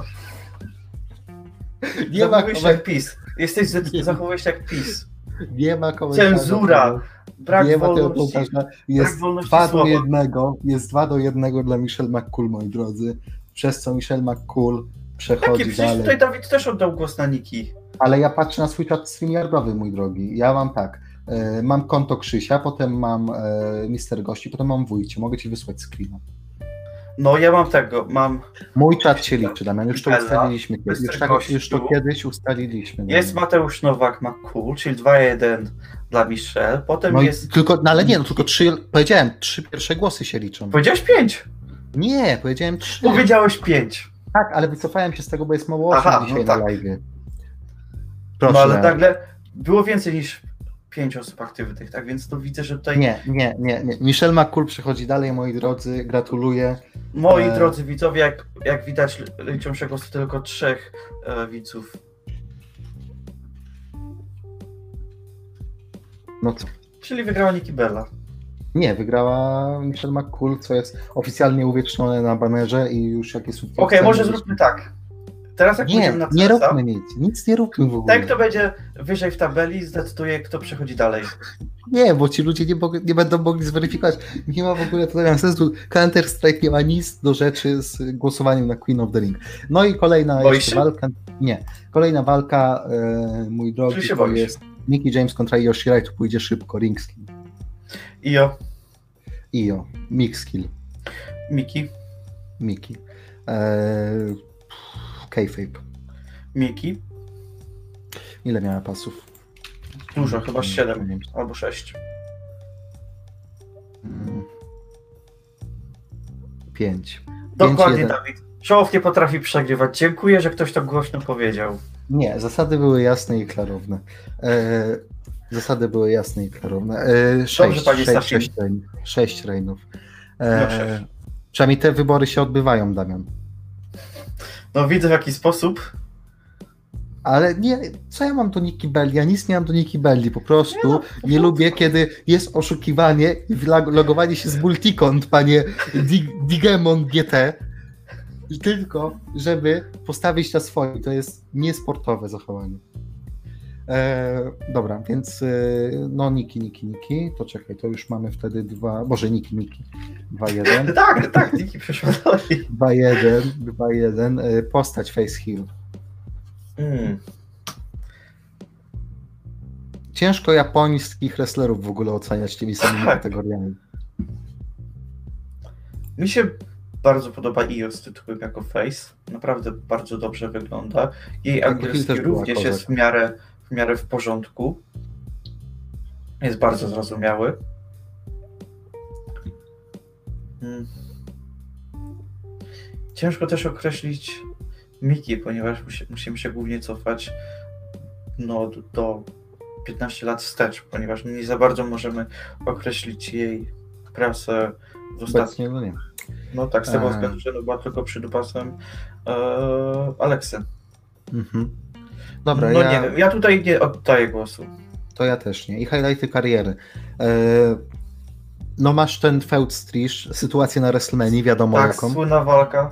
S3: Nie ma komentarza. Jak PiS. Zachowujesz jak PiS.
S2: Nie ma komentarza.
S3: Cenzura. Brak wolności.
S2: Jest 2-1. Jest 2-1 dla Michelle McCool, moi drodzy. Przez co Michelle McCool przechodzi dalej.
S3: Tutaj Dawid też oddał głos na Nikki.
S2: Ale ja patrzę na swój czat StreamYardowy, mój drogi. Ja mam tak. Mam konto Krzysia, potem mam Mister Gości, potem mam Wójcie. Mogę ci wysłać screena.
S3: No ja mam...
S2: Mój czat się liczy, Damian. Już to ustaliliśmy. Już to kiedyś ustaliliśmy.
S3: Jest Mateusz Nowak McCool, czyli 2-1 dla Michelle. Potem
S2: no
S3: jest...
S2: Tylko 3, powiedziałem, 3 pierwsze głosy się liczą.
S3: Powiedziałeś 5.
S2: Nie, powiedziałem 3.
S3: Powiedziałeś 5.
S2: Tak, ale wycofałem się z tego, bo jest mało osób dzisiaj na live.
S3: Proszę. No ale nagle było więcej niż 5 osób aktywnych, tak więc to widzę, że tutaj...
S2: Nie. Michelle McCool przechodzi dalej, moi drodzy, gratuluję.
S3: Moi drodzy widzowie, jak widać, liczą się głosy tylko 3 widzów.
S2: No co?
S3: Czyli wygrała Nikki Bella.
S2: Nie, wygrała Michelle McCool, co jest oficjalnie uwiecznione na banerze i już jak jest...
S3: Okej, może zróbmy tak. Teraz jak
S2: Nie,
S3: pójdziemy na
S2: nie
S3: CS-a,
S2: róbmy nic nie róbmy w ogóle.
S3: ten, kto będzie wyżej w tabeli, zdecyduje, kto przechodzi dalej.
S2: Nie, bo ci ludzie nie będą mogli zweryfikować. Nie ma w ogóle tutaj sensu. Counter-Strike nie ma nic do rzeczy z głosowaniem na Queen of the Ring. No i kolejna jeszcze walka. Nie, kolejna walka, mój drogi, to jest Mickie James kontra Io Shirai, tu pójdzie szybko, ring skill. Io, mix skill. Miki. Kayfabe.
S3: Miki.
S2: Ile miała pasów?
S3: Dużo, chyba 7 albo 6.
S2: 5.
S3: Dokładnie, Dawid. Show nie potrafi przegrywać. Dziękuję, że ktoś to głośno powiedział.
S2: Nie, zasady były jasne i klarowne. 6 reigns. Przynajmniej te wybory się odbywają, Damian.
S3: No widzę w jaki sposób.
S2: Ale nie, co ja mam do Nikki Belli? Ja nic nie mam do Nikki Belli, po prostu nie lubię, kiedy jest oszukiwanie i logowanie się z multikont, panie Digemon GT, tylko żeby postawić na swoim. To jest niesportowe zachowanie. Dobra, więc no Nikki, to czekaj, to już mamy wtedy Nikki 2-1.
S3: Tak, Nikki przeszła dalej.
S2: 2-1, postać face heal. Ciężko japońskich wrestlerów w ogóle oceniać tymi samymi kategoriami. Mi
S3: się bardzo podoba Io z tytułem jako face. Naprawdę bardzo dobrze wygląda. Jej angielski również jest w miarę w porządku. Jest bardzo zrozumiały. Ciężko też określić Miki, ponieważ musimy się głównie cofać do 15 lat wstecz, ponieważ nie za bardzo możemy określić jej pracę w ostatnim.
S2: No nie.
S3: No tak, z tego względu, że była tylko przydupasem Aleksy.
S2: Dobra,
S3: nie wiem, ja tutaj nie oddaję głosu.
S2: To ja też nie. I highlighty kariery. No masz ten feud z Trish, sytuację na WrestleMania, wiadomo jaką.
S3: Tak, słynna walka.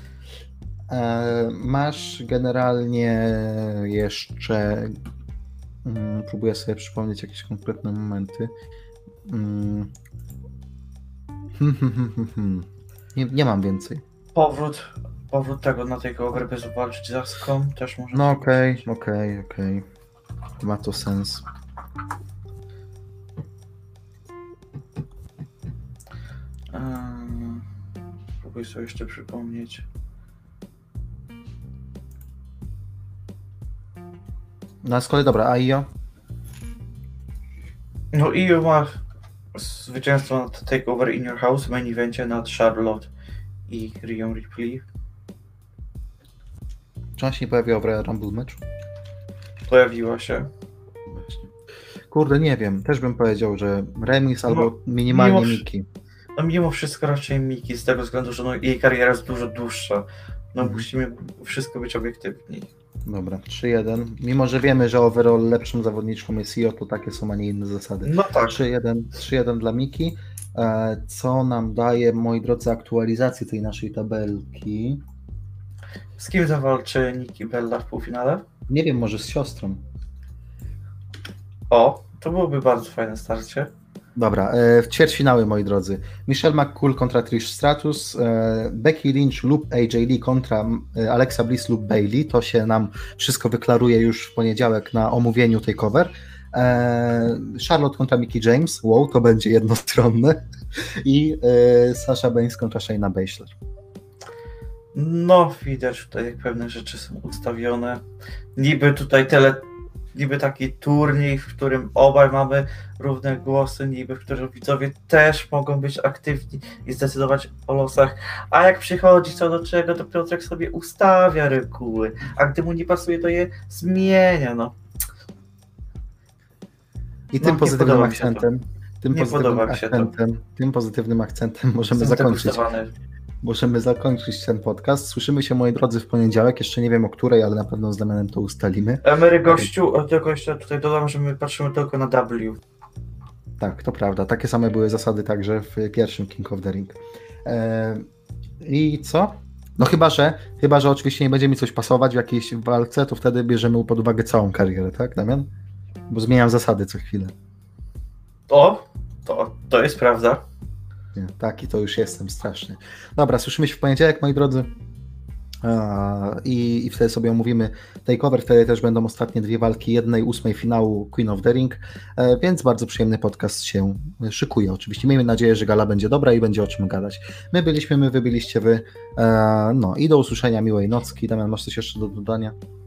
S2: Masz generalnie jeszcze... próbuję sobie przypomnieć jakieś konkretne momenty. Nie mam więcej.
S3: Powrót tego na tej cover, by zobaczyć z Aską też może.
S2: No okej. Ma to sens.
S3: Próbuję sobie jeszcze przypomnieć.
S2: No z kolei dobra, a Io?
S3: No Io ma zwycięstwo nad Takeover in Your House w main evencie nad Charlotte i Rhea Ripley.
S2: Czy ona się nie pojawiła w Royal Rumble meczu?
S3: Pojawiła się.
S2: Właśnie. Kurde, nie wiem. Też bym powiedział, że remis albo minimalnie Miki.
S3: No mimo wszystko raczej Miki, z tego względu, że jej kariera jest dużo dłuższa. Musimy wszystko być obiektywni.
S2: Dobra, 3-1. Mimo, że wiemy, że overall lepszą zawodniczką jest Io, to takie są, a nie inne zasady.
S3: No tak.
S2: 3-1 dla Miki. Co nam daje, moi drodzy, aktualizację tej naszej tabelki?
S3: Z kim zawalczy Nikki Bella w półfinale?
S2: Nie wiem, może z siostrą.
S3: O, to byłoby bardzo fajne starcie.
S2: Dobra, w ćwierćfinały, moi drodzy. Michelle McCool kontra Trish Stratus, Becky Lynch lub AJ Lee kontra Alexa Bliss lub Bayley. To się nam wszystko wyklaruje już w poniedziałek na omówieniu tej cover. Charlotte kontra Mickie James. Wow, to będzie jednostronne. I Sasha Banks kontra Shayna Baszler.
S3: No, widać tutaj, jak pewne rzeczy są ustawione. Niby taki turniej, w którym obaj mamy równe głosy, niby w którym widzowie też mogą być aktywni i zdecydować o losach, a jak przychodzi co do czego, to Piotrek sobie ustawia reguły, a gdy mu nie pasuje, to je zmienia, no.
S2: I tym pozytywnym akcentem, tym pozytywnym akcentem możemy zakończyć ten podcast. Słyszymy się, moi drodzy, w poniedziałek. Jeszcze nie wiem o której, ale na pewno z Damianem to ustalimy.
S3: Emery gościu, tylko jeszcze tutaj dodam, że my patrzymy tylko na W.
S2: Tak, to prawda. Takie same były zasady także w pierwszym King of the Ring. I co? No chyba, że oczywiście nie będzie mi coś pasować w jakiejś walce, to wtedy bierzemy pod uwagę całą karierę, tak, Damian? Bo zmieniam zasady co chwilę.
S3: To jest prawda.
S2: Nie, taki to już jestem strasznie. Dobra, słyszymy się w poniedziałek, moi drodzy. I wtedy sobie omówimy takeover, wtedy też będą ostatnie 2 walki 1/8 finału Queen of the Ring, więc bardzo przyjemny podcast się szykuje. Oczywiście miejmy nadzieję, że gala będzie dobra i będzie o czym gadać. My byliśmy, wy byliście wy. No i do usłyszenia, miłej nocki. Damian, masz coś jeszcze do dodania?